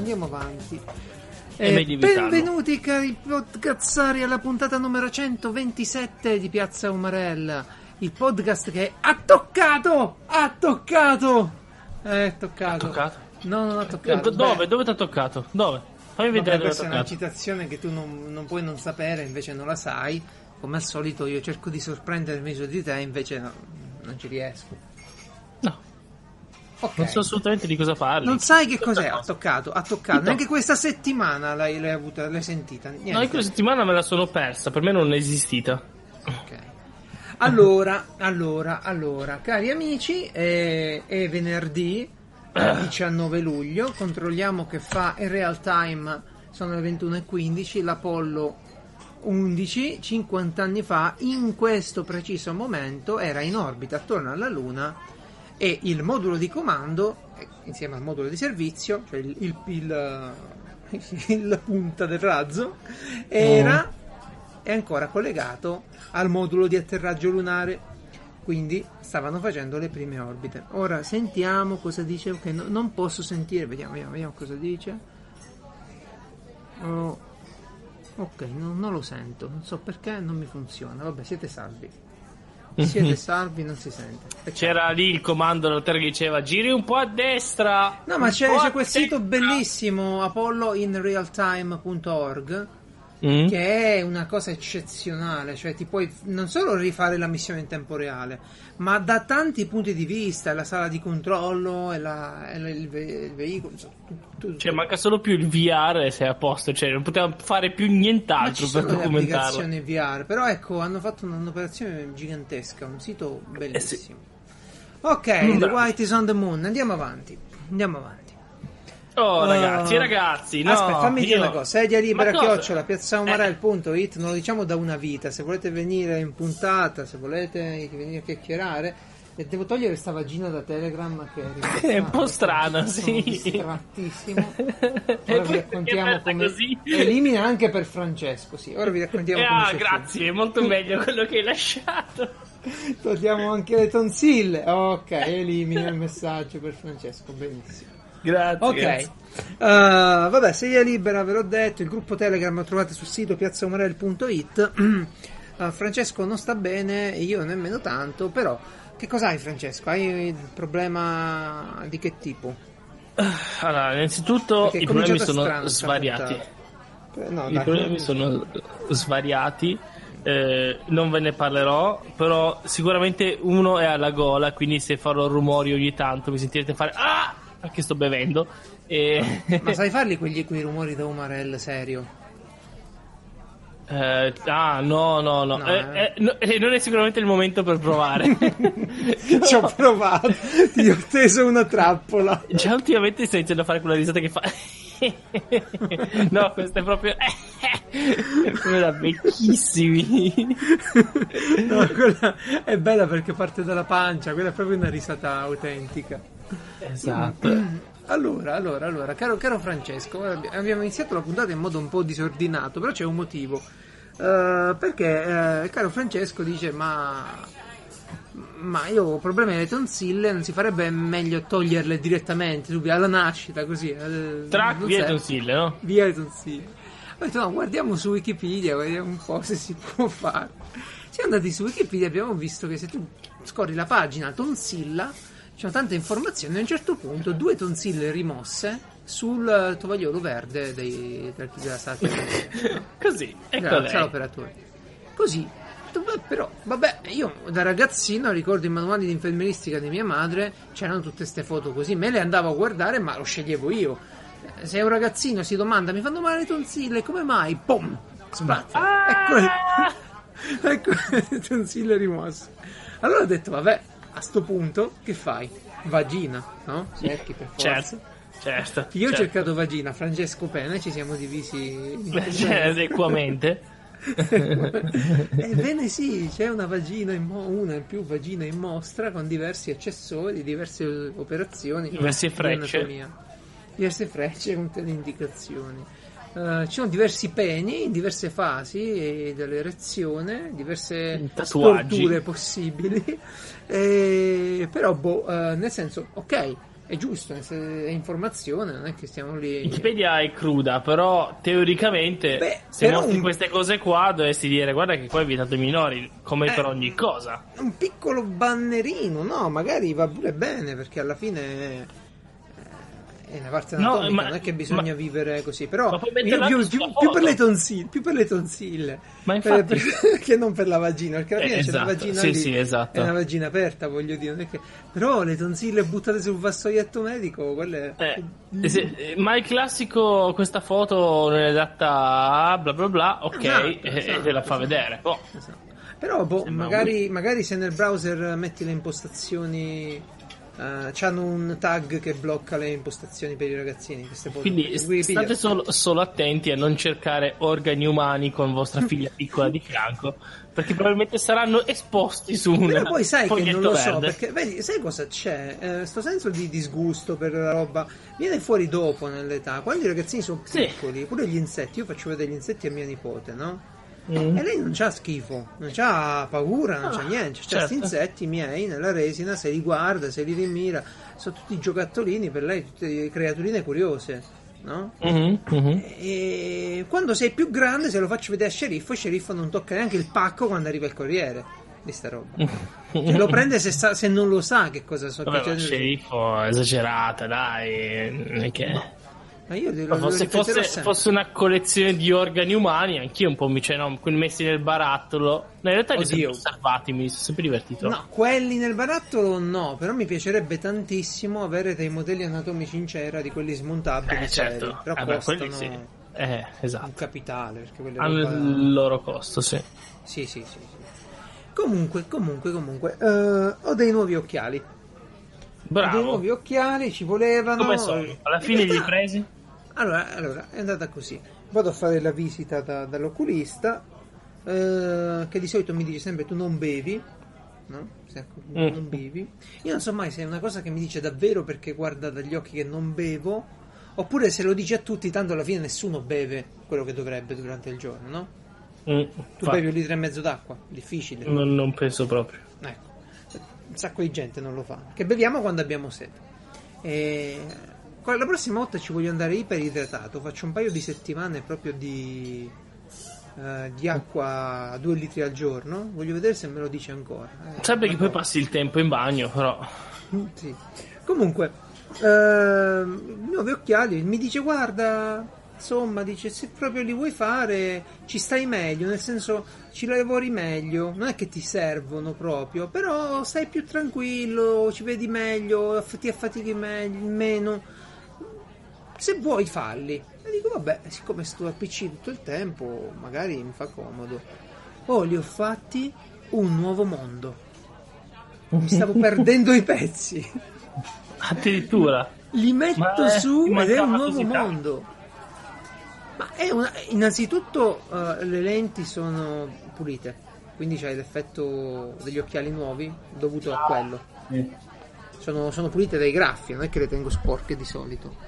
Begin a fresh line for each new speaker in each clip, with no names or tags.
andiamo avanti.
Benvenuti
cari podcazzari alla puntata numero 127 di Piazza Umarella, il podcast che ha toccato.
Ha toccato?
No, non ha toccato.
Dove ti ha toccato? Dove? Fammi vedere dove ha
questa è una
toccato.
citazione che tu non puoi non sapere, invece non la sai. Come al solito io cerco di sorprendermi su di te, invece no, non ci riesco.
No.
Okay.
Non so assolutamente di cosa parli.
Non sai che cos'è? Ha toccato. Neanche questa settimana l'hai sentita. Niente.
No, in questa settimana me la sono persa, per me non è esistita.
Ok. Allora, cari amici, è venerdì 19 luglio, controlliamo che fa in real time, sono le 21:15, l'Apollo 11, 50 anni fa, in questo preciso momento, era in orbita attorno alla Luna e il modulo di comando, insieme al modulo di servizio, cioè la punta del razzo, è ancora collegato al modulo di atterraggio lunare, quindi stavano facendo le prime orbite. Ora sentiamo cosa dice. Ok, non posso sentire, vediamo cosa dice. Ok, non lo sento, non so perché non mi funziona. Vabbè, siete salvi, non si sente.
C'era lì il comando della Terra che diceva giri un po' a destra.
No, ma c'è quel sito bellissimo, apolloinrealtime.org, che è una cosa eccezionale, cioè ti puoi non solo rifare la missione in tempo reale, ma da tanti punti di vista, la sala di controllo, il veicolo, tutto.
Cioè manca solo più il VR e sei a posto, cioè non potevamo fare più nient'altro per documentarlo.
Applicazioni VR, però ecco, hanno fatto un'operazione gigantesca, un sito bellissimo. Ok, The White is on the Moon, andiamo avanti.
Oh ragazzi, no,
aspetta, fammi dire una cosa. Sedia libera @piazzaumarel.it, non lo diciamo da una vita. Se volete venire in puntata, se volete venire a chiacchierare, e devo togliere questa vagina da Telegram che
è un po' strana, sì,
strattissimo. Ora vi raccontiamo come così. Elimina anche per Francesco, sì. Ora vi raccontiamo come
grazie, è molto meglio quello che hai lasciato.
Togliamo anche le tonsille. Ok, elimina il messaggio per Francesco, benissimo.
Grazie.
Ok,
grazie.
Vabbè, sedia libera, ve l'ho detto. Il gruppo Telegram lo trovate sul sito piazzaumarel.it. Francesco non sta bene, io nemmeno tanto. Però, che cosa hai, Francesco? Hai un problema di che tipo?
Allora, innanzitutto i problemi sono svariati. I problemi sono svariati. Non ve ne parlerò, però sicuramente uno è alla gola, quindi se farò rumori ogni tanto mi sentirete fare perché sto bevendo.
Ma sai farli quei rumori da Umarell, serio?
No. Non è sicuramente il momento per provare.
Ci ho provato, ti ho teso una trappola.
Già ultimamente sto iniziando a fare quella risata che fa. No, questa è proprio quella da vecchissimi.
No, quella è bella perché parte dalla pancia, quella è proprio una risata autentica.
Esatto.
Allora, caro Francesco, abbiamo iniziato la puntata in modo un po' disordinato, però c'è un motivo. Perché caro Francesco dice ma io ho problemi alle tonsille, non si farebbe meglio toglierle direttamente subito alla nascita, così
via le tonsille, no?
Via le tonsille. Ho detto no, guardiamo su Wikipedia, vediamo un po' se si può fare. Siamo andati su Wikipedia e abbiamo visto che se tu scorri la pagina tonsilla ci sono tante informazioni. A un certo punto 2 tonsille rimosse sul tovagliolo verde della sala.
Così, ecco lei.
Operatore. Così. Però, vabbè, io da ragazzino ricordo i manuali di infermieristica di mia madre, c'erano tutte ste foto così, me le andavo a guardare, ma lo sceglievo io. Se un ragazzino si domanda, mi fanno male le tonsille, come mai? Pum! Spazio. Ecco le tonsille rimosse. Allora ho detto, vabbè, a sto punto, che fai? Vagina, no? Cerchi per forza.
Certo.
Io ho cercato vagina, Francesco pene, ci siamo divisi
equamente.
Ebbene sì, c'è una vagina una in più vagina in mostra con diversi accessori, diverse operazioni,
diverse frecce
con delle indicazioni. Ci sono diversi peni in diverse fasi dell'erezione, diverse storture possibili, però nel senso, ok, è giusto, è informazione, non è che stiamo lì.
Wikipedia è cruda, però teoricamente se mostri queste cose qua dovresti dire guarda che qua è vietato ai minori, come per ogni cosa.
Un piccolo bannerino, no, magari va pure bene, perché alla fine è una parte anatomica, non è che bisogna vivere così, però io più per le tonsille,
ma infatti
che non per la vagina, perché alla fine c'è la vagina lì,
sì, esatto.
È una vagina aperta, voglio dire, non è che... però le tonsille buttate sul vassoietto medico, quelle...
ma il classico, questa foto non è adatta a bla bla bla, ok, esatto, te la fa vedere.
Esatto. Però magari se nel browser metti le impostazioni... c'hanno un tag che blocca le impostazioni per i ragazzini.
Quindi state solo attenti a non cercare organi umani con vostra figlia piccola di fianco, perché probabilmente saranno esposti su un
però poi sai che non lo
verde.
So, perché vedi, sai cosa c'è? Sto senso di disgusto per la roba viene fuori dopo nell'età, quando i ragazzini sono piccoli, pure gli insetti, io faccio vedere gli insetti a mia nipote, no? E lei non c'ha schifo, non c'ha paura, non c'ha niente, c'ha questi insetti miei nella resina, se li guarda, se li rimira, sono tutti giocattolini per lei, tutte creaturine curiose, no? E quando sei più grande, se lo faccio vedere a sceriffo non tocca neanche il pacco quando arriva il corriere di sta roba, cioè, lo prende se non lo sa che cosa so.
Vabbè, ma sceriffo esagerata, dai, non è che...
Ma io
fosse una collezione di organi umani, anch'io un po' quelli messi nel barattolo. No, in realtà li ho sempre osservati, mi sono sempre divertito.
No, quelli nel barattolo no, però mi piacerebbe tantissimo avere dei modelli anatomici in cera di quelli smontabili.
Certo.
Però costano
esatto.
un capitale, perché quelli
hanno il loro costo, sì.
Sì. Comunque, ho dei nuovi occhiali.
Bravo.
Dei nuovi occhiali ci volevano.
Come sono? Alla fine li hai presi?
Allora, è andata così. Vado a fare la visita dall'oculista, che di solito mi dice sempre tu non bevi, no? Non bevi. Io non so mai se è una cosa che mi dice davvero perché guarda dagli occhi che non bevo, oppure se lo dice a tutti, tanto alla fine nessuno beve quello che dovrebbe durante il giorno, no? Tu bevi 1,5 litri d'acqua, difficile.
Non penso proprio.
Ecco, un sacco di gente non lo fa, che beviamo quando abbiamo sete. La prossima volta ci voglio andare iperidratato, faccio un paio di settimane proprio di acqua 2 litri al giorno, voglio vedere se me lo dice ancora.
Sai che poi passi il tempo in bagno, però.
Sì. Comunque, nuovi occhiali, mi dice guarda, insomma, dice se proprio li vuoi fare ci stai meglio, nel senso ci lavori meglio, non è che ti servono proprio, però stai più tranquillo, ci vedi meglio, ti affatichi meno. Se vuoi falli. E dico vabbè, siccome sto al PC tutto il tempo magari mi fa comodo. Li ho fatti un nuovo mondo, mi stavo perdendo i pezzi,
addirittura
li metto su ed è un nuovo mondo. Ma innanzitutto le lenti sono pulite, quindi c'hai l'effetto degli occhiali nuovi dovuto a quello. Sono pulite dai graffi, non è che le tengo sporche di solito.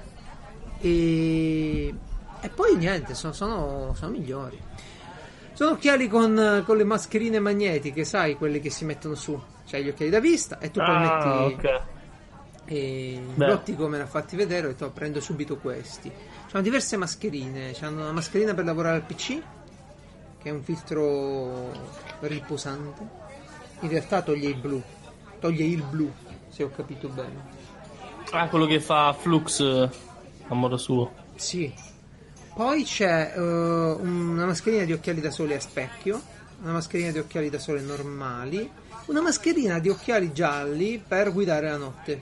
E poi niente, sono migliori. Sono occhiali con le mascherine magnetiche, sai, quelle che si mettono su. C'hai gli occhiali da vista e tu poi metti.
Okay.
E l'ottico me l'ha fatti vedere, ho detto prendo subito questi. C'hanno diverse mascherine. C'hanno una mascherina per lavorare al PC, che è un filtro riposante. In realtà toglie il blu, se ho capito bene.
Quello che fa Flux a modo suo.
Sì. Poi c'è una mascherina di occhiali da sole a specchio, una mascherina di occhiali da sole normali, una mascherina di occhiali gialli per guidare la notte.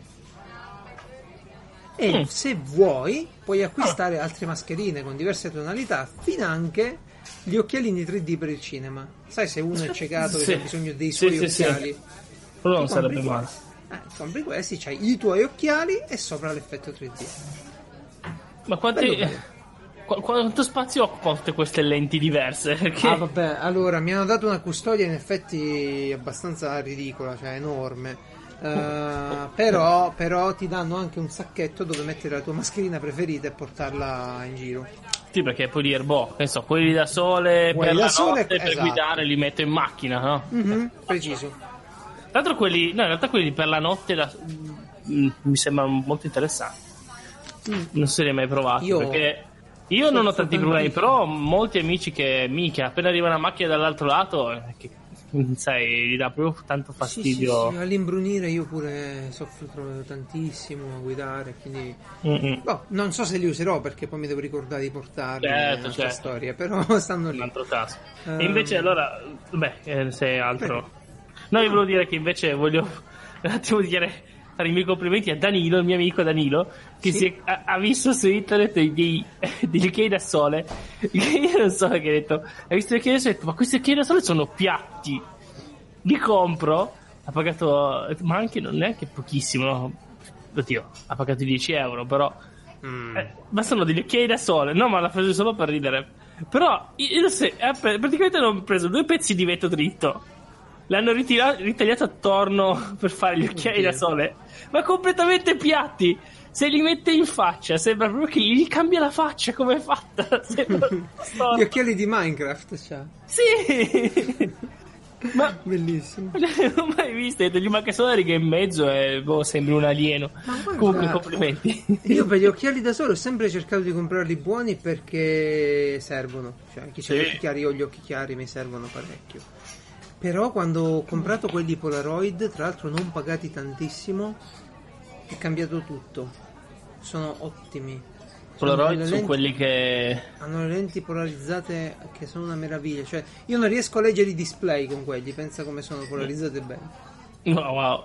E se vuoi puoi acquistare altre mascherine con diverse tonalità, finanche gli occhialini 3D per il cinema. Sai, se uno è ciecato che ha bisogno dei suoi occhiali,
però non sarebbe male.
Compri questi, c'hai i tuoi occhiali e sopra l'effetto 3D.
Ma quanto spazio occupano tutte queste lenti diverse? Perché...
vabbè, allora mi hanno dato una custodia in effetti abbastanza ridicola, cioè enorme. Però ti danno anche un sacchetto dove mettere la tua mascherina preferita e portarla in giro.
Sì, perché puoi dire, penso, quelli da sole per la notte, per guidare li metto in macchina, no?
Preciso.
Tra l'altro in realtà quelli per la notte mi sembra molto interessante. Non so se li hai mai provati, perché io non ho tanti problemi, però ho molti amici che mica appena arriva una macchina dall'altro lato, che, sai, gli dà proprio tanto fastidio.
Sì, all'imbrunire io pure soffro tantissimo a guidare, quindi non so se li userò, perché poi mi devo ricordare di portarli certo. Storia, però stanno lì.
Un altro caso. E invece allora, se altro. No, io volevo dire che invece voglio un attimo fare i miei complimenti a Danilo, il mio amico Danilo, che ha visto su internet degli occhiali da sole. Io non so perché ha detto, ha visto gli occhiali da sole, ma questi occhiali da sole sono piatti. Li compro, ha pagato, ma anche non neanche pochissimo, no? Oddio, ha pagato 10 euro, però ma sono degli occhiali da sole. No, ma l'ha preso solo per ridere. Però praticamente hanno preso 2 pezzi di vetro dritto, l'hanno ritagliato attorno per fare gli occhiali da sole, ma completamente piatti. Se li mette in faccia sembra proprio che gli cambia la faccia, come è fatta.
Gli occhiali di Minecraft, cioè.
Sì. Ma
bellissimo.
Non ho mai visto, gli manca solo la riga in mezzo e sembri un alieno. Comunque complimenti.
Io per gli occhiali da sole ho sempre cercato di comprarli buoni, perché servono, cioè chi c'ha gli occhi chiari, io gli occhi chiari mi servono parecchio. Però quando ho comprato quelli Polaroid, tra l'altro non pagati tantissimo, è cambiato tutto. Sono ottimi.
Polaroid sono quelli che
hanno le lenti polarizzate che sono una meraviglia. Cioè, io non riesco a leggere i display con quelli. Pensa come sono polarizzate bene.
Wow.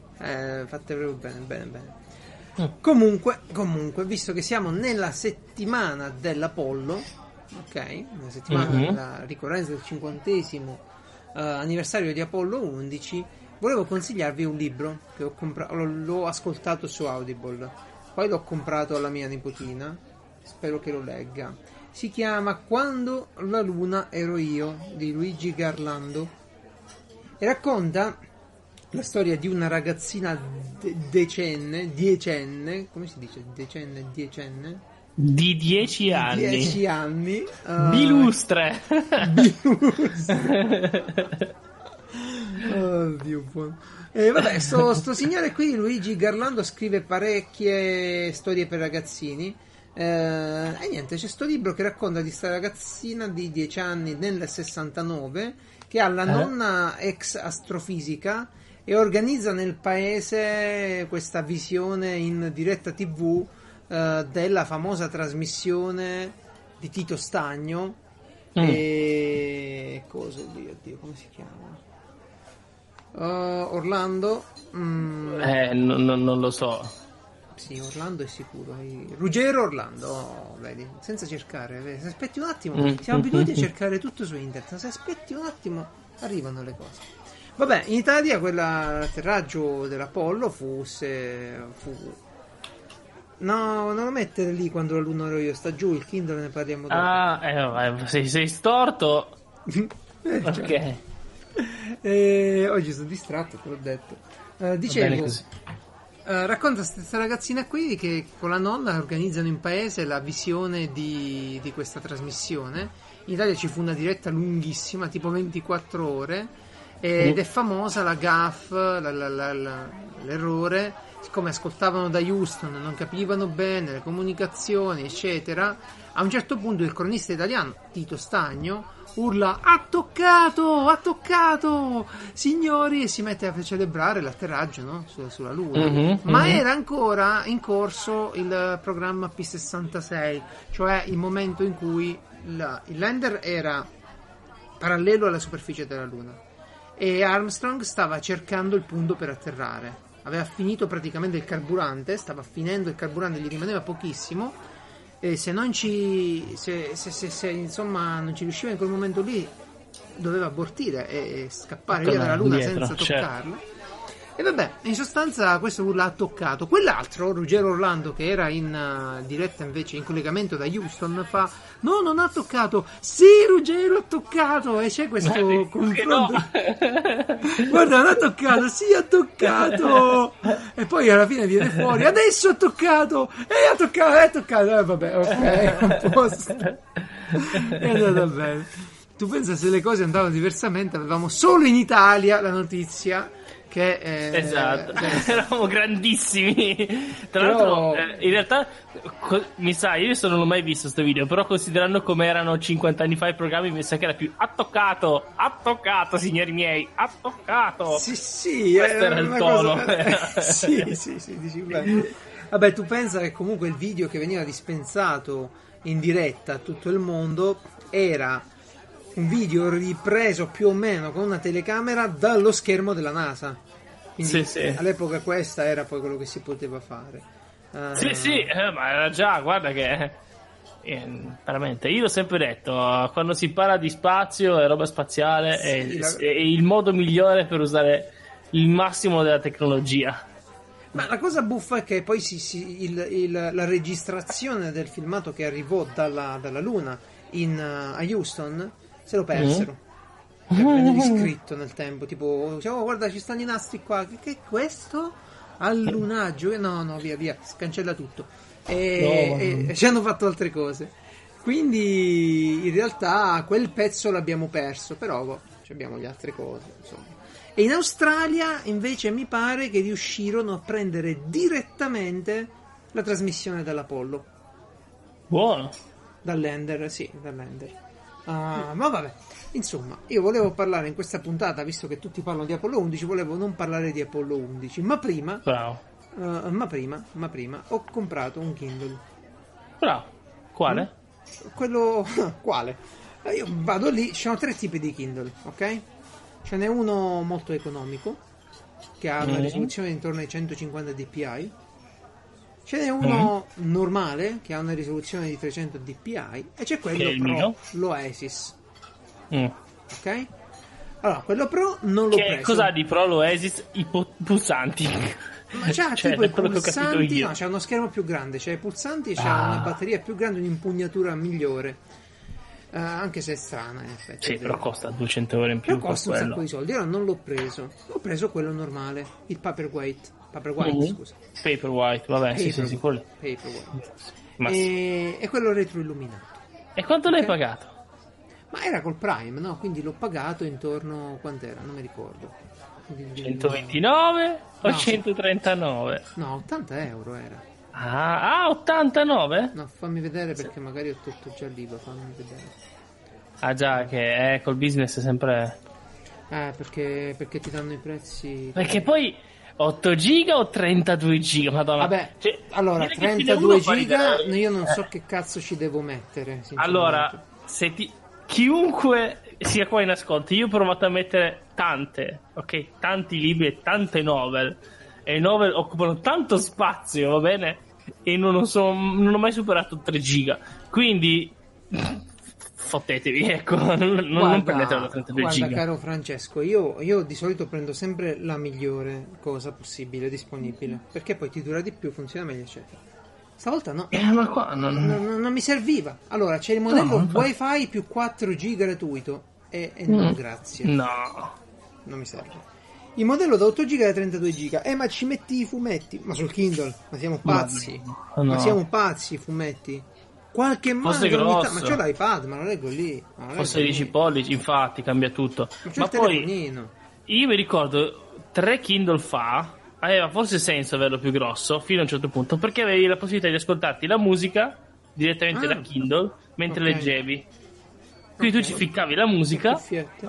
Fatte proprio bene. Comunque, visto che siamo nella settimana dell'Apollo, ok? Nella settimana della ricorrenza del 50° anniversario di Apollo 11, volevo consigliarvi un libro che ho comprato, l'ho ascoltato su Audible, poi l'ho comprato alla mia nipotina, spero che lo legga. Si chiama Quando la luna ero io, di Luigi Garlando, e racconta la storia di una ragazzina diecenne, come si dice? Diecenne?
Di 10 anni.
10 anni.
Bilustre.
Oddio buono. Vabbè, sto signore qui, Luigi Garlando, scrive parecchie storie per ragazzini. E niente, c'è sto libro che racconta di sta ragazzina di 10 anni nel 69 che ha la nonna ex astrofisica e organizza nel paese questa visione in diretta TV della famosa trasmissione di Tito Stagno e cosa oddio, come si chiama? Orlando
non lo so.
Sì, Orlando è sicuro. Ruggero Orlando, vedi, senza cercare, vedi? Se aspetti un attimo, siamo abituati a cercare tutto su internet, se aspetti un attimo arrivano le cose. Vabbè, in Italia l'atterraggio dell'Apollo fu no, non lo mettere lì quando la luna ero io, sta giù il Kindle, ne parliamo dopo.
Vabbè, sei storto. Ok.
Oggi sono distratto, te l'ho detto. Dicevo, racconta questa ragazzina qui che con la nonna organizzano in paese la visione di questa trasmissione. In Italia ci fu una diretta lunghissima, tipo 24 ore, ed è famosa la gaffe, l'errore. Siccome ascoltavano da Houston, non capivano bene le comunicazioni, eccetera, a un certo punto il cronista italiano Tito Stagno urla ha toccato signori, e si mette a celebrare l'atterraggio, no? sulla luna, ma era ancora in corso il programma P66, cioè il momento in cui il lander era parallelo alla superficie della luna e Armstrong stava cercando il punto per atterrare. Aveva finito praticamente il carburante, stava finendo il carburante, gli rimaneva pochissimo, e se non insomma non ci riusciva in quel momento lì, doveva abortire e scappare via dalla luna senza toccarla. E vabbè, in sostanza questo urla ha toccato. Quell'altro, Ruggero Orlando, che era in diretta invece in collegamento da Houston, fa no, non ha toccato. Sì, Ruggero ha toccato. E c'è questo confronto. No. Guarda, non ha toccato. Sì, ha toccato. E poi alla fine viene fuori. Adesso ha toccato. Ha toccato. Vabbè, ok, a posto. È andata bene. Tu pensa, se le cose andavano diversamente, avevamo solo in Italia la notizia
esatto, eravamo grandissimi. Tra l'altro, in realtà, mi sa, io non l'ho mai visto questo video, però considerando come erano 50 anni fa i programmi, mi sa che era più ha toccato, signori miei, ha toccato.
Sì,
questo era il tono.
Sì, dici bene. Vabbè, tu pensa che comunque il video che veniva dispensato in diretta a tutto il mondo era un video ripreso più o meno con una telecamera dallo schermo della NASA. Quindi
sì.
All'epoca questa era poi quello che si poteva fare.
Sì, ma era già, guarda che veramente, io l'ho sempre detto, quando si parla di spazio e roba spaziale è il modo migliore per usare il massimo della tecnologia.
Ma la cosa buffa è che poi la registrazione del filmato che arrivò dalla Luna a Houston se lo persero. Venne riscritto nel tempo, tipo, guarda, ci stanno i nastri qua, che è questo? Allunaggio? No, via, cancella tutto. E ci hanno fatto altre cose. Quindi in realtà quel pezzo l'abbiamo perso, però abbiamo le altre cose, insomma. E in Australia invece mi pare che riuscirono a prendere direttamente la trasmissione dall'Apollo.
Buono.
Dall'Ender. Ma vabbè, insomma, io volevo parlare in questa puntata, visto che tutti parlano di Apollo 11, volevo non parlare di Apollo 11, ma prima ho comprato un Kindle.
Bravo. Quale?
Quello quale? Io vado lì, ci sono 3 tipi di Kindle, ok? Ce n'è uno molto economico che ha una risoluzione intorno ai 150 dpi. Ce n'è uno normale che ha una risoluzione di 300 dpi e c'è quello Pro, l'Oasis. Ok? Allora, quello Pro non l'ho preso.
Cos'ha di Pro l'Oasis? I pulsanti.
Ma c'ha tipo i pulsanti, no, c'è uno schermo più grande, c'è i pulsanti e c'è una batteria più grande, un'impugnatura migliore. Anche se è strana, in effetti.
Sì, però costa 200 euro in più.
Però costa un sacco di soldi. Allora non l'ho preso. Ho preso quello normale, il Paperwhite, scusa.
Paperwhite, vabbè, sì, quello.
Paperwhite. E quello retroilluminato.
E quanto l'hai pagato?
Ma era col Prime, no? Quindi l'ho pagato intorno, quant'era? Non mi ricordo.
129 o 139?
No, 80 euro era.
89?
No, fammi vedere perché magari ho tolto già l'IVA, fammi vedere.
Ah già, che col business è sempre...
perché ti danno i prezzi...
Perché poi 8 giga o 32 giga? Madonna.
Vabbè, allora 32 giga io non so che cazzo ci devo mettere,
allora, chiunque sia qua in ascolto, io ho provato a mettere tanti libri e tante novel, e i novel occupano tanto spazio, va bene? E non ho mai superato 3 giga, quindi fottetevi, ecco, non prendetelo da 32 giga.
Guarda, caro Francesco, io di solito prendo sempre la migliore cosa possibile disponibile, perché poi ti dura di più, funziona meglio, eccetera. Stavolta no,
ma qua
non mi serviva. Allora c'è il modello Wi-Fi più 4 giga gratuito e no, grazie.
No,
non mi serve. Il modello da 8 giga e da 32 giga. Ma ci metti i fumetti? Ma sul Kindle? Ma siamo pazzi? No. Ma siamo pazzi i fumetti? Qualche mano ma c'ho l'iPad, ma lo leggo lì.
Forse 10 pollici, infatti cambia tutto. Ma poi io mi ricordo 3 Kindle fa aveva forse senso averlo più grosso fino a un certo punto, perché avevi la possibilità di ascoltarti la musica direttamente da Kindle mentre leggevi. Quindi tu ci ficcavi la musica,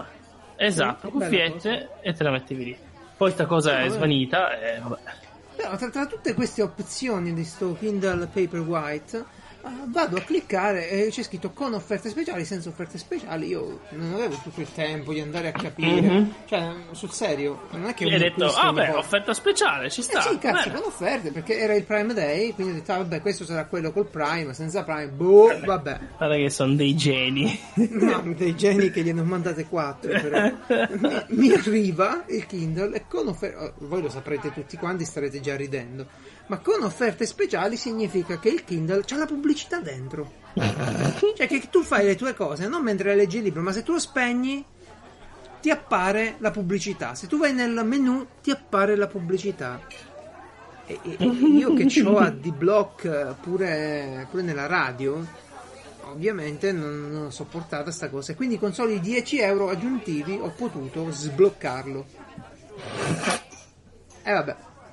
esatto, cuffiette, e te la mettevi lì. Poi sta cosa è svanita e vabbè.
Però tra tutte queste opzioni di sto Kindle Paperwhite vado a cliccare e c'è scritto con offerte speciali, senza offerte speciali. Io non avevo tutto il tempo di andare a capire, cioè sul serio, non è che
ho detto offerta speciale, ci sta.
Sì, cazzo, con offerte, perché era il Prime Day, quindi ho detto vabbè, questo sarà quello col Prime, senza Prime, vabbè.
Guarda che sono dei geni.
No, dei geni che gliene ho mandate 4, però mi arriva il Kindle e con offerte, voi lo saprete tutti quanti, starete già ridendo, ma con offerte speciali significa che il Kindle c'ha la pubblicità dentro. Cioè che tu fai le tue cose non mentre leggi il libro, ma se tu lo spegni ti appare la pubblicità. Se tu vai nel menu ti appare la pubblicità. E io che ho AdBlock pure nella radio, ovviamente non ho sopportato sta cosa, e quindi con soli 10 euro aggiuntivi ho potuto sbloccarlo. Vabbè.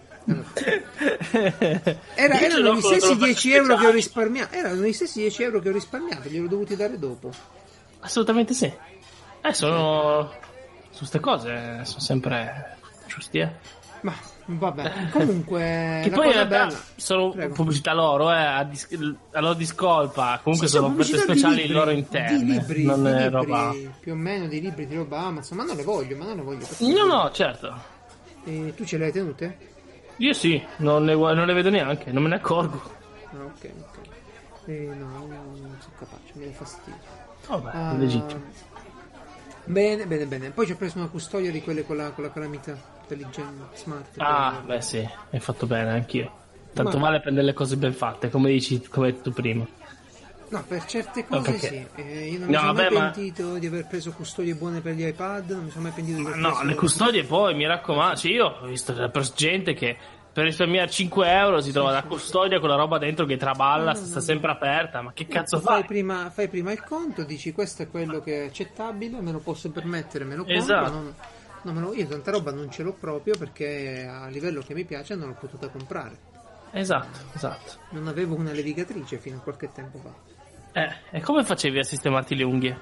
Erano gli stessi 10 euro che ho risparmiato. Erano gli stessi 10 euro che ho risparmiato, glielo dovuti dare dopo.
Assolutamente sì. Sono su queste cose sono sempre giusti,
Ma vabbè, comunque
che poi in realtà sono pubblicità loro, a loro discolpa. Comunque sono offerte speciali loro interne.
Di libri,
non è roba
più o meno di libri di roba Amazon, ma non le voglio.
No, certo.
E tu ce le hai tenute?
Io sì, non le vedo neanche, non me ne accorgo.
Ok. No, non sono capace, mi dà fastidio.
Vabbè, legittimo.
Bene. Poi ci ho preso una custodia di quelle con la calamita intelligente, smart.
Beh sì, hai fatto bene, anch'io. Tanto vale prendere le cose ben fatte, come dici, come hai detto prima.
No, per certe cose sì. Io non mi sono mai pentito di aver preso custodie buone per gli iPad, non mi sono mai pentito di aver preso...
le custodie poi, mi raccomando, io ho visto gente che per risparmiare 5 euro si trova la custodia con la roba dentro che traballa, sta sempre aperta, ma che cazzo fai?
Fai prima il conto, dici questo è quello che è accettabile, me lo posso permettere, me lo compro.
Esatto.
Io tanta roba non ce l'ho proprio perché a livello che mi piace non l'ho potuta comprare.
Esatto.
Non avevo una levigatrice fino a qualche tempo fa.
E come facevi a sistemarti le unghie?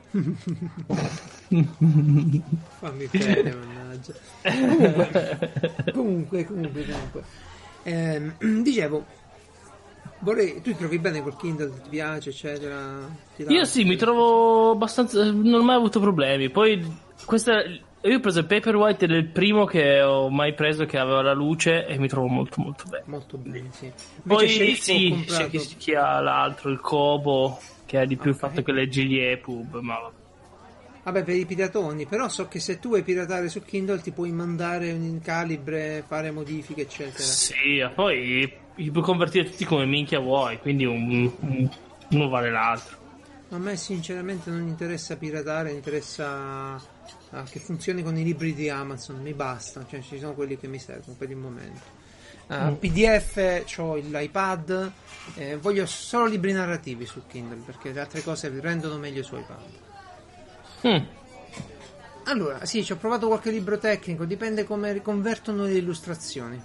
Fammi perdere, mannaggia. Comunque. Dicevo, tu ti trovi bene col Kindle, ti piace, eccetera?
Io sì, mi trovo abbastanza, non ho mai avuto problemi. Poi io ho preso il Paperwhite, del primo che ho mai preso, che aveva la luce, e mi trovo molto molto bene.
Molto bene, sì.
Poi c'è chi ha l'altro, il Kobo, che ha di più il fatto che leggi gli EPUB, ma
vabbè, per i piratoni, però so che se tu vuoi piratare su Kindle ti puoi mandare un calibre, fare modifiche, eccetera.
Sì, poi li puoi convertire tutti come minchia vuoi, quindi uno vale l'altro.
A me sinceramente non interessa piratare, interessa che funzioni con i libri di Amazon, mi basta, cioè ci sono quelli che mi servono per il momento. PDF, c'ho l'iPad, voglio solo libri narrativi su Kindle perché le altre cose rendono meglio su iPad. Allora, sì, ci ho provato qualche libro tecnico, dipende come convertono le illustrazioni.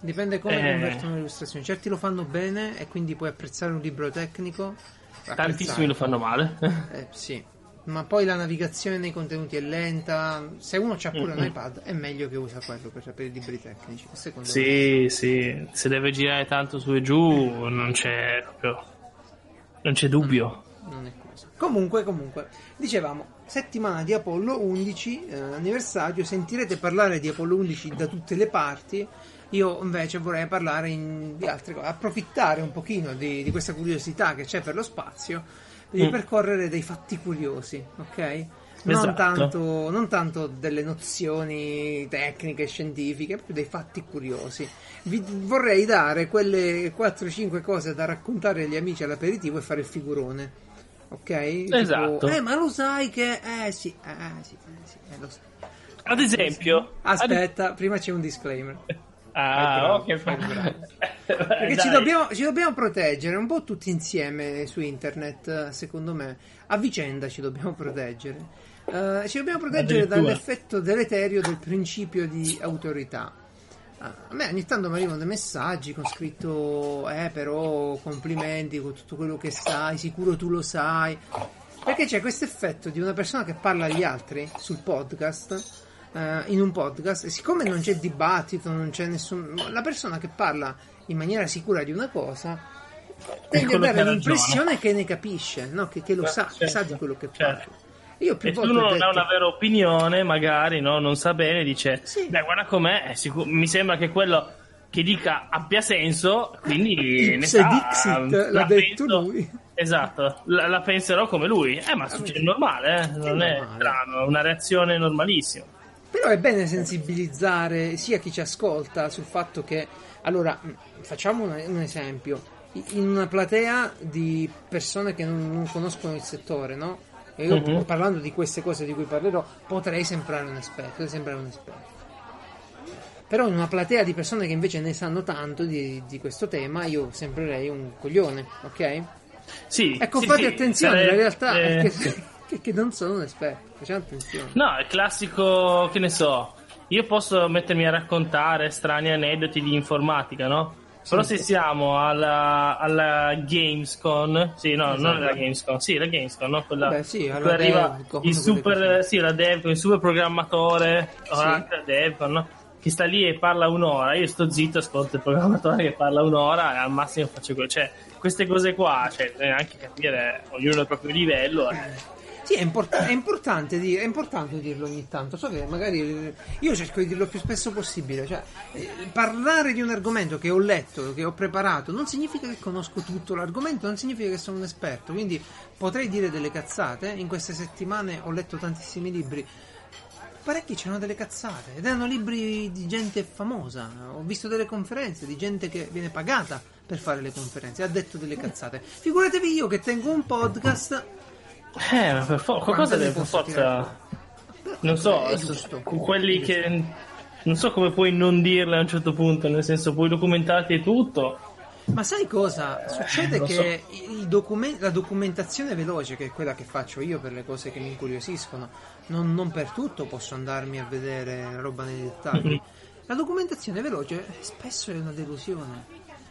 Certi lo fanno bene e quindi puoi apprezzare un libro tecnico.
Tantissimi lo fanno male.
Sì, ma poi la navigazione nei contenuti è lenta. Se uno c'ha pure un iPad è meglio che usa quello per i libri tecnici, secondo me.
Sì, se deve girare tanto su e giù non c'è dubbio.
Non è cosa. Comunque, dicevamo, settimana di Apollo 11, anniversario, sentirete parlare di Apollo 11 da tutte le parti. Io invece vorrei parlare di altre cose, approfittare un pochino di questa curiosità che c'è per lo spazio, di percorrere dei fatti curiosi, ok? Non tanto delle nozioni tecniche, scientifiche, proprio dei fatti curiosi. Vi vorrei dare quelle 4-5 cose da raccontare agli amici all'aperitivo e fare il figurone, ok?
Esatto.
Tipo, ma lo sai che... sì, lo so.
Ad esempio...
Aspetta, prima c'è un disclaimer.
Ok,
perché ci dobbiamo proteggere un po' tutti insieme su internet, secondo me a vicenda ci dobbiamo proteggere dall'effetto deleterio del principio di autorità. A me ogni tanto mi arrivano dei messaggi con scritto però complimenti con tutto quello che sai, sicuro tu lo sai, perché c'è questo effetto di una persona che parla agli altri sul podcast, in un podcast, e siccome non c'è dibattito, non c'è la persona che parla in maniera sicura di una cosa tende a dare l'impressione che ne capisce, no? che lo sa, certo, sa di quello che parla. Io più volte
non ha una vera opinione, magari, no? Non sa bene, dice sì, beh, guarda com'è, mi sembra che quello che dica abbia senso, quindi ne sa,
Dixit, l'ha detto lui.
Esatto, la penserò come lui, ma succede normale, non è strano, è una reazione normalissima.
Però è bene sensibilizzare sia chi ci ascolta sul fatto che, allora, facciamo un esempio, in una platea di persone che non conoscono il settore, no? E io parlando di queste cose di cui parlerò potrei sembrare un esperto, però in una platea di persone che invece ne sanno tanto di questo tema io sembrerei un coglione, ok?
Sì.
Ecco, fate attenzione, la realtà è che non sono un esperto, facciamo attenzione.
No, è classico, che ne so, io posso mettermi a raccontare strani aneddoti di informatica, no? Però se siamo alla Gamescom, sì, no, non alla Gamescom, sì, la Gamescom, no? Quella,
sì,
arriva il super, sì, la Devcon, il super programmatore, la Devcon, no? Che sta lì e parla un'ora, io sto zitto, ascolto il programmatore che parla un'ora e al massimo faccio quello, cioè, queste cose qua, cioè, anche capire, ognuno al proprio livello,
Sì, è importante dirlo ogni tanto. So che magari io cerco di dirlo il più spesso possibile. Cioè, parlare di un argomento che ho letto, che ho preparato, non significa che conosco tutto l'argomento, non significa che sono un esperto. Quindi potrei dire delle cazzate. In queste settimane ho letto tantissimi libri. Parecchi c'erano delle cazzate ed erano libri di gente famosa. Ho visto delle conferenze di gente che viene pagata per fare le conferenze. Ha detto delle cazzate. Figuratevi io che tengo un podcast.
Ma qualcosa deve per forza. Non so, quelli che. Non so come puoi non dirle a un certo punto, nel senso puoi documentarti e tutto.
Ma sai cosa? Succede che la documentazione veloce, che è quella che faccio io per le cose che mi incuriosiscono, non per tutto posso andarmi a vedere roba nei dettagli. La documentazione veloce spesso è una delusione.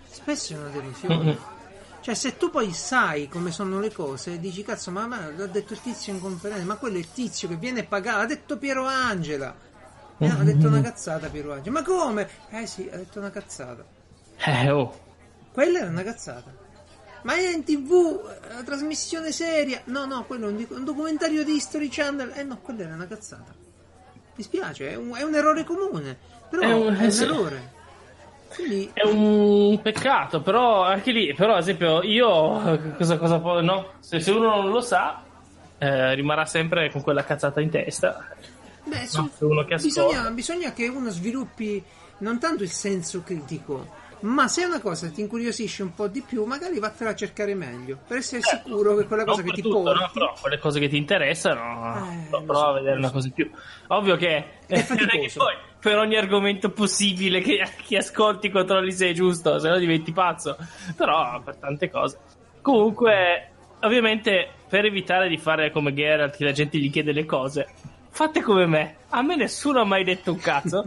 Cioè, se tu poi sai come sono le cose, dici, cazzo, ma l'ha detto il tizio in conferenza, ma quello è il tizio che viene pagato, ha detto Piero Angela. No, ha detto una cazzata Piero Angela. Ma come? Sì, ha detto una cazzata. Quella era una cazzata. Ma è in TV, una trasmissione seria. No, quello è un documentario di History Channel. No, quella era una cazzata. Mi spiace, è un errore comune. Però è un errore. Quindi... È
un peccato, però anche lì, però ad esempio io cosa no? Se uno non lo sa, rimarrà sempre con quella cazzata in testa.
Beh, no, uno che bisogna che uno sviluppi non tanto il senso critico, ma se una cosa ti incuriosisce un po' di più, magari vattela a cercare meglio, per essere sicuro che quella cosa che ti porti...
No, però quelle cose che ti interessano, prova a vedere una cosa in più. Ovvio che poi per ogni argomento possibile che ascolti controlli se è giusto, se no diventi pazzo. Però per tante cose. Comunque, ovviamente, per evitare di fare come Geralt, che la gente gli chiede le cose, fate come me. A me nessuno ha mai detto un cazzo.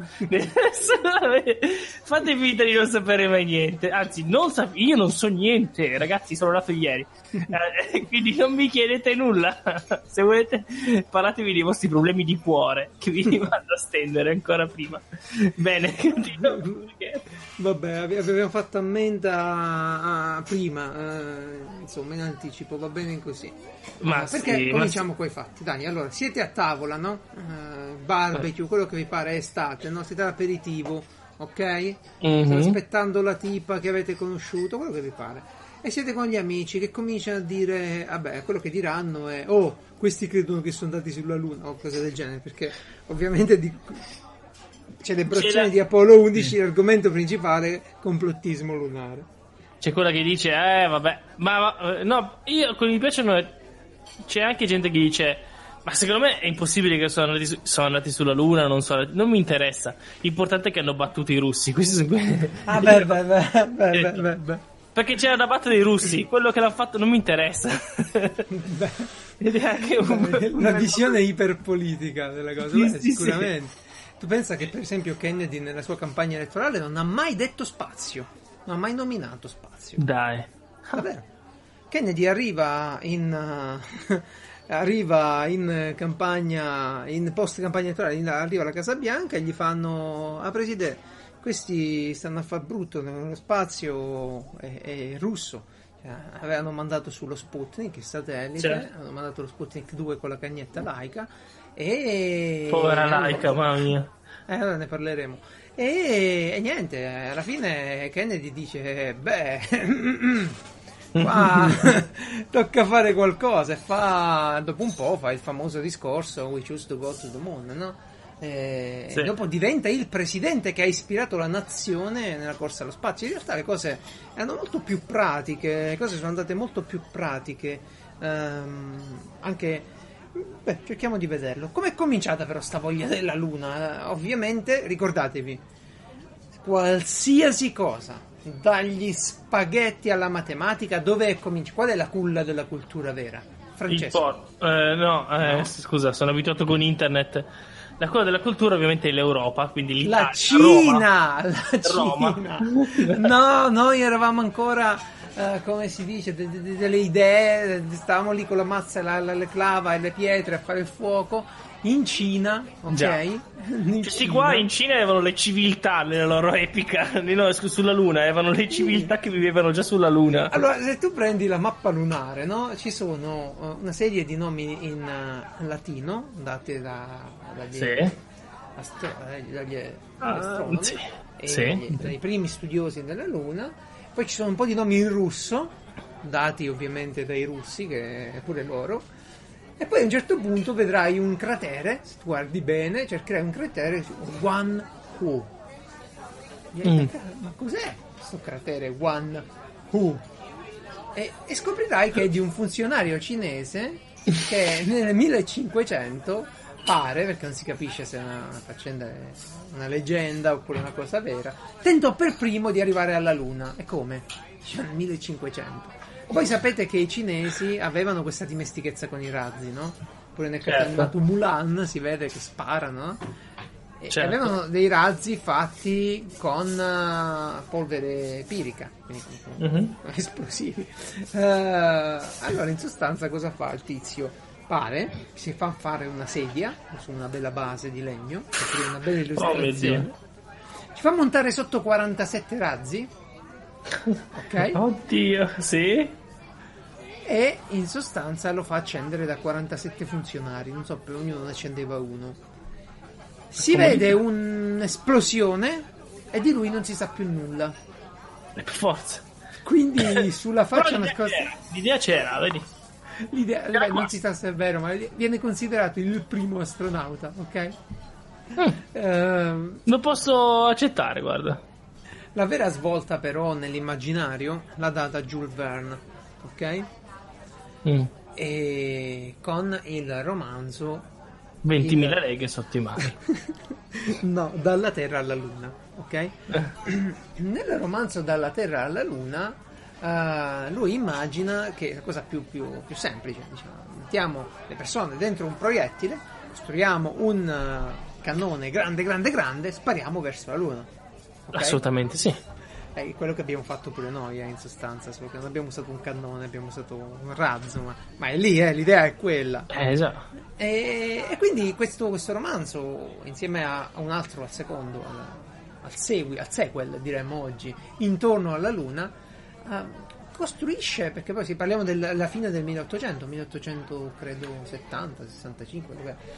Fate finta di non sapere mai niente. Anzi, io non so niente, ragazzi, sono nato ieri. Quindi non mi chiedete nulla. Se volete, parlatevi dei vostri problemi di cuore, che vi vado a stendere ancora prima. Bene,
vabbè, abbiamo fatto ammenda prima, insomma, in anticipo, va bene così. Perché cominciamo coi fatti, Dani. Allora, siete a tavola, no? Barbecue, quello che vi pare, è estate, no? Siete all'aperitivo, ok? State aspettando la tipa che avete conosciuto, quello che vi pare. E siete con gli amici che cominciano a dire, vabbè, quello che diranno è, questi credono che sono andati sulla Luna, o cose del genere, perché ovviamente celebrazione di Apollo 11, l'argomento principale, complottismo lunare.
C'è quella che dice, vabbè, no, quelli mi piacciono, c'è anche gente che dice, ma secondo me è impossibile che sono andati sulla Luna, non mi interessa, l'importante è che hanno battuto i russi. Questi sono quelli...
beh.
Perché c'era da battere i russi, quello che l'hanno fatto non mi interessa.
Ed è anche una visione iperpolitica della cosa. Sicuramente. Sì. Tu pensa che per esempio Kennedy nella sua campagna elettorale non ha mai detto spazio, non ha mai nominato spazio.
Dai.
Davvero. Kennedy arriva in campagna, in post campagna elettorale, arriva alla Casa Bianca e gli fanno: Presidente, questi stanno a far brutto nello spazio, è russo. Avevano mandato sullo Sputnik, il satellite, avevano mandato lo Sputnik 2 con la cagnetta laica e...
Povera laica, mamma mia.
Allora ne parleremo. E niente, alla fine Kennedy dice, qua tocca fare qualcosa, e dopo un po' fa il famoso discorso We choose to go to the moon, no? Sì. Dopo diventa il presidente che ha ispirato la nazione nella corsa allo spazio. In realtà le cose erano molto più pratiche, le cose sono andate molto più pratiche, anche cerchiamo di vederlo. Com'è cominciata però sta voglia della Luna? Ovviamente ricordatevi, qualsiasi cosa, dagli spaghetti alla matematica, dove è cominciata? Qual è la culla della cultura vera? Francesco?
No. Scusa, sono abituato con internet. La culla della cultura ovviamente è l'Europa, quindi l'Italia,
la Cina,
Roma.
La Cina. No, noi eravamo ancora, come si dice, delle idee, stavamo lì con la mazza, le clava e le pietre a fare il fuoco. In Cina, ok?
Questi qua in Cina avevano le civiltà nella loro epica, no, sulla Luna, avevano le civiltà che vivevano già sulla Luna.
Allora, se tu prendi la mappa lunare, no? Ci sono una serie di nomi in latino, dati dagli astronomi e dai primi studiosi della Luna. Poi ci sono un po' di nomi in russo, dati ovviamente dai russi, che è pure loro. E poi a un certo punto vedrai un cratere, se tu guardi bene, cercherai un cratere su Guanhu. Ma cos'è questo cratere Guanhu? E scoprirai che è di un funzionario cinese che nel 1500 pare, perché non si capisce se è una faccenda, una leggenda oppure una cosa vera, tentò per primo di arrivare alla Luna. E come? Nel 1500. Poi sapete che i cinesi avevano questa dimestichezza con i razzi, no? Pure nel cartone animato Mulan si vede che sparano. E avevano dei razzi fatti con polvere pirica, quindi con esplosivi. Allora, in sostanza, cosa fa il tizio? Pare che si fa fare una sedia su una bella base di legno, per una bella illustrazione. Ci fa montare sotto 47 razzi. Ok?
Oddio, sì.
E in sostanza lo fa accendere da 47 funzionari. Non so, per ognuno ne accendeva uno. Si vede un'esplosione e di lui non si sa più nulla.
Per forza.
Quindi sulla faccia
l'idea c'era, vedi?
L'idea non si sa se è vero, ma viene considerato il primo astronauta, ok?
Lo posso accettare, guarda.
La vera svolta però nell'immaginario l'ha data Jules Verne, ok? E con il romanzo
20.000 leghe sotto i mari.
No, Dalla Terra alla Luna, ok? Nel romanzo Dalla Terra alla Luna lui immagina che la cosa più semplice, diciamo, mettiamo le persone dentro un proiettile, costruiamo un cannone grande, spariamo verso la Luna. Okay?
Assolutamente sì.
È quello che abbiamo fatto pure noi, in sostanza, solo che non abbiamo usato un cannone, abbiamo usato un razzo, ma è lì, l'idea è quella.
Esatto.
E quindi questo romanzo, insieme a un altro, al secondo, al sequel diremmo oggi, intorno alla Luna, costruisce, perché poi parliamo della fine del 1800 credo 70, 65,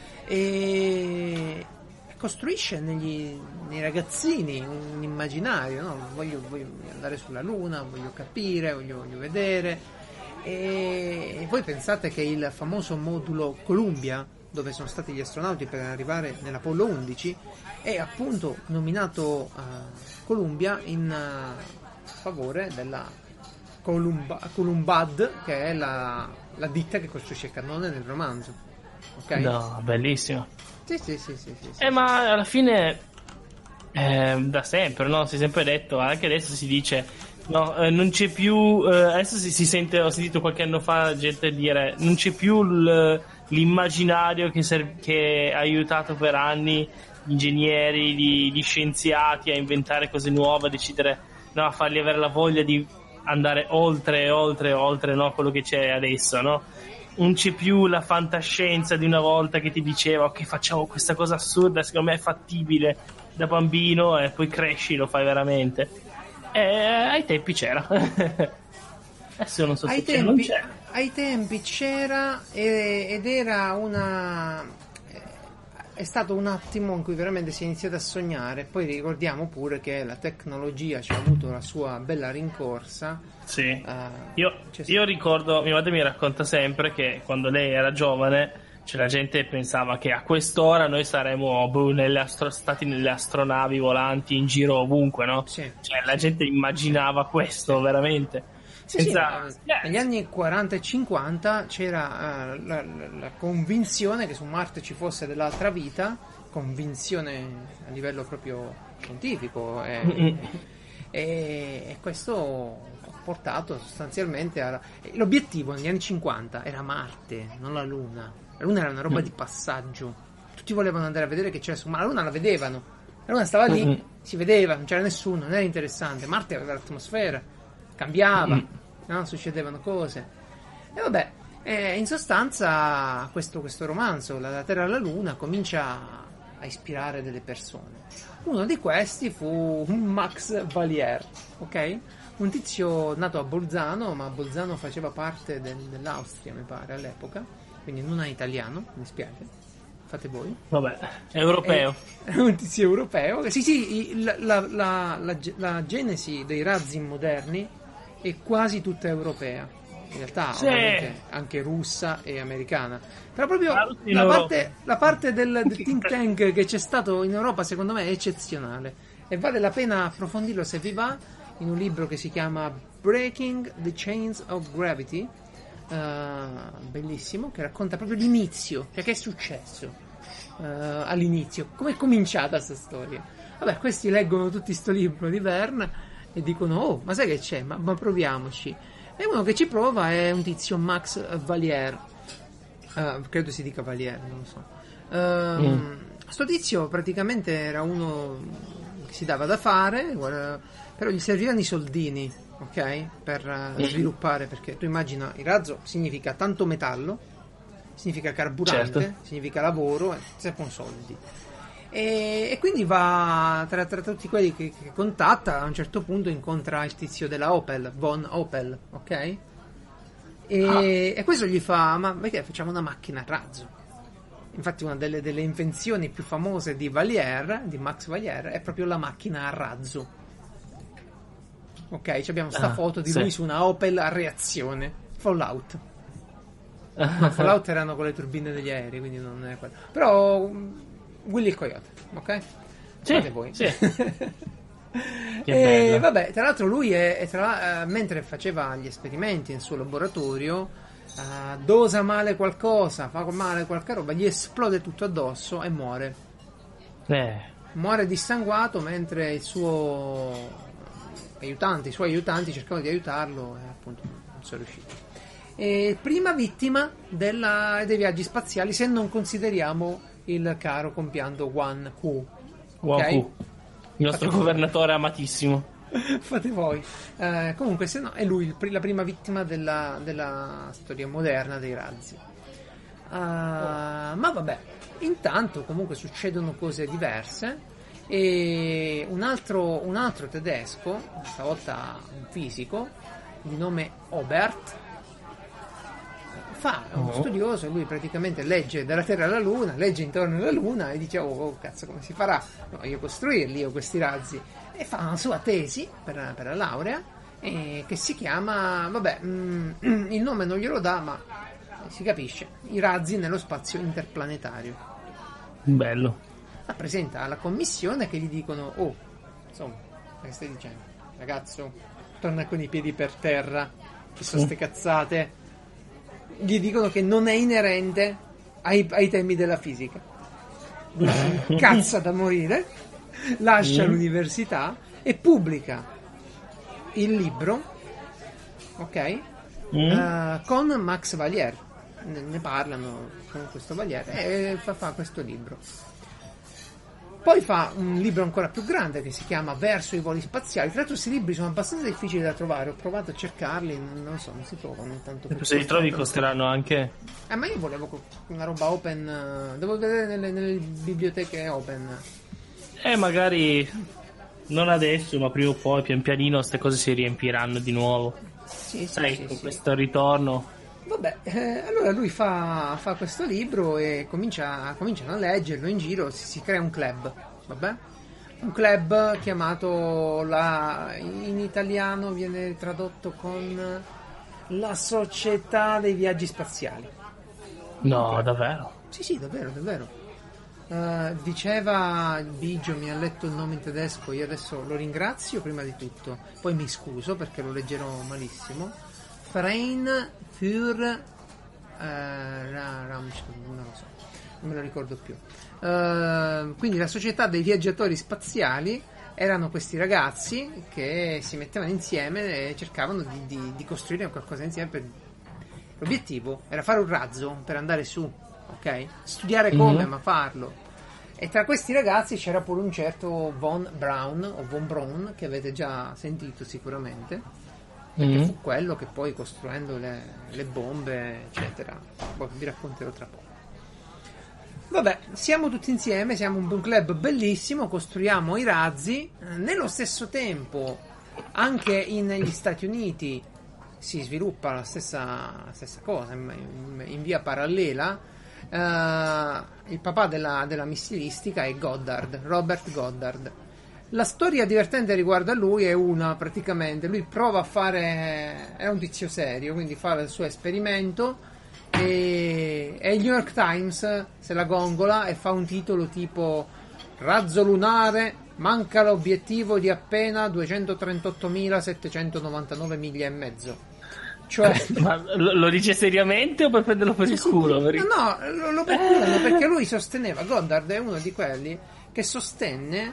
e costruisce nei ragazzini un immaginario, no? Voglio andare sulla Luna, voglio capire, voglio vedere. E voi pensate che il famoso modulo Columbia, dove sono stati gli astronauti per arrivare nell'Apollo 11, è appunto nominato Columbia in favore della Columbad, che è la ditta che costruisce il cannone nel romanzo. Okay?
No, bellissimo.
Sì.
Ma alla fine da sempre, no? Si è sempre detto, anche adesso si dice no, non c'è più adesso si sente, ho sentito qualche anno fa gente dire non c'è più l'immaginario che ha aiutato per anni gli ingegneri, gli scienziati a inventare cose nuove, a decidere, no, a fargli avere la voglia di andare oltre, no, quello che c'è adesso, no? Non c'è più la fantascienza di una volta che ti diceva ok, facciamo questa cosa assurda, secondo me è fattibile da bambino, e poi cresci, lo fai veramente. Ai tempi c'era. Adesso non so se c'è, non c'è.
Ai tempi c'era ed era è stato un attimo in cui veramente si è iniziato a sognare. Poi ricordiamo pure che la tecnologia ci ha avuto la sua bella rincorsa.
Sì. Io ricordo, mia madre mi racconta sempre che quando lei era giovane, la gente pensava che a quest'ora noi saremmo stati nelle astronavi volanti in giro ovunque, no?
Sì.
Cioè la gente immaginava questo veramente.
Negli anni 40 e 50 c'era la convinzione che su Marte ci fosse dell'altra vita, convinzione a livello proprio scientifico, e questo ha portato sostanzialmente l'obiettivo negli anni 50 era Marte, non la Luna. La Luna era una roba di passaggio, tutti volevano andare a vedere che c'era su Marte. La Luna la vedevano, la Luna stava lì, si vedeva, non c'era nessuno, non era interessante. Marte aveva l'atmosfera, cambiava, no? Succedevano cose. E vabbè, in sostanza questo romanzo, La Terra e la Luna, comincia a ispirare delle persone. Uno di questi fu Max Valier, ok? Un tizio nato a Bolzano, ma Bolzano faceva parte dell'Austria, mi pare, all'epoca, quindi non è italiano, mi spiace, fate voi.
Vabbè, è europeo.
È un tizio europeo. Sì, la genesi dei razzi moderni è quasi tutta europea, in realtà ovviamente anche russa e americana, però proprio la parte del think tank che c'è stato in Europa secondo me è eccezionale e vale la pena approfondirlo se vi va, in un libro che si chiama Breaking the Chains of Gravity, bellissimo, che racconta proprio l'inizio, cioè che è successo all'inizio, come è cominciata questa storia. Vabbè, questi leggono tutti sto libro di Verne e dicono: oh, ma sai che c'è? Ma proviamoci. E uno che ci prova è un tizio, Max Valier, credo si dica Valier, non lo so. Sto tizio praticamente era uno che si dava da fare, però gli servivano i soldini, ok? Per sviluppare, perché tu immagina, il razzo significa tanto metallo, significa carburante, certo, significa lavoro, servono soldi. E quindi va tra tutti quelli che contatta, a un certo punto incontra il tizio della Opel, Von Opel, ok? E questo gli fa: ma perché facciamo una macchina a razzo? Infatti una delle invenzioni più famose di Valier, di Max Valier, è proprio la macchina a razzo. Ok, abbiamo sta foto di lui su una Opel a reazione. Fallout. No, Fallout erano con le turbine degli aerei, quindi non è quello. Però Willy il Coyote, ok?
Sì,
fate voi.
Sì.
E vabbè, tra l'altro lui mentre faceva gli esperimenti nel suo laboratorio, dosa male qualcosa, fa male qualche roba, gli esplode tutto addosso e muore. Muore dissanguato mentre i suoi aiutanti cercavano di aiutarlo e appunto non sono riusciti. Prima vittima dei viaggi spaziali, se non consideriamo il caro compianto Wan Hu, okay?
Il nostro governatore amatissimo.
Fate voi. Comunque, se no, è lui la prima vittima della storia moderna dei razzi. Ma vabbè, intanto comunque succedono cose diverse e un altro tedesco, stavolta un fisico di nome Obert, fa uno studioso, lui praticamente legge dalla Terra alla Luna, legge intorno alla Luna e dice: oh cazzo, come si farà? No, io costruirli, questi razzi, e fa una sua tesi per la laurea, che si chiama, vabbè, il nome non glielo dà, ma si capisce: i razzi nello spazio interplanetario.
Bello.
La presenta alla commissione, che gli dicono: oh, insomma, che stai dicendo, ragazzo, torna con i piedi per terra, che sono ste cazzate. Gli dicono che non è inerente ai temi della fisica. Lui si incazza da morire, lascia l'università e pubblica il libro, ok? Con Max Valier. Ne parlano con questo Valier e fa questo libro. Poi fa un libro ancora più grande che si chiama Verso i voli spaziali. Tra l'altro questi libri sono abbastanza difficili da trovare, ho provato a cercarli, non so, non si trovano tanto.
Se li trovi costeranno anche.
Ma io volevo una roba open, devo vedere nelle biblioteche open.
Magari non adesso, ma prima o poi, pian pianino, queste cose si riempiranno di nuovo.
Sì,
con questo ritorno.
Vabbè, allora lui fa questo libro e cominciano a leggerlo in giro, si crea un club, vabbè? Un club chiamato, in italiano viene tradotto con la Società dei Viaggi Spaziali.
No, davvero?
Sì, davvero. Diceva Biggio, mi ha letto il nome in tedesco, io adesso lo ringrazio prima di tutto, poi mi scuso perché lo leggerò malissimo. Verein für Rammstein, non lo so, non me lo ricordo più. Quindi la società dei viaggiatori spaziali erano questi ragazzi che si mettevano insieme e cercavano di costruire qualcosa insieme. L'obiettivo era fare un razzo per andare su, ok? Studiare come, ma farlo. E tra questi ragazzi c'era pure un certo Von Braun, che avete già sentito sicuramente, perché fu quello che poi, costruendo le bombe, eccetera, poi vi racconterò tra poco. Vabbè, siamo tutti insieme, siamo un club bellissimo, costruiamo i razzi. Nello stesso tempo, anche negli Stati Uniti si sviluppa la stessa cosa, in via parallela. Il papà della missilistica è Robert Goddard. La storia divertente riguardo a lui è praticamente, lui prova a fare, è un tizio serio, quindi fa il suo esperimento, e il New York Times se la gongola e fa un titolo tipo razzo lunare, manca l'obiettivo di appena 238.799 miglia e mezzo. Cioè,
ma lo dice seriamente o per prenderlo per il culo?
No, lo prendono perché lui sosteneva, Goddard è uno di quelli che sostenne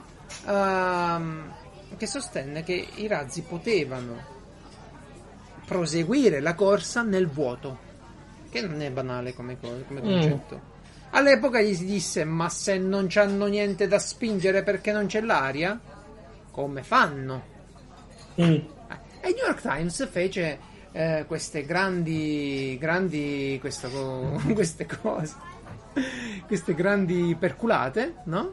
che i razzi potevano proseguire la corsa nel vuoto, che non è banale come concetto. All'epoca gli si disse: ma se non c'hanno niente da spingere perché non c'è l'aria, come fanno? E il New York Times fece queste queste cose, queste grandi perculate, no?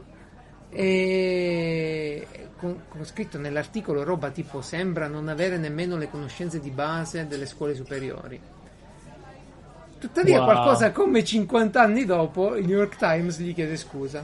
E con scritto nell'articolo roba tipo: sembra non avere nemmeno le conoscenze di base delle scuole superiori. Tuttavia, qualcosa come 50 anni dopo, il New York Times gli chiede scusa.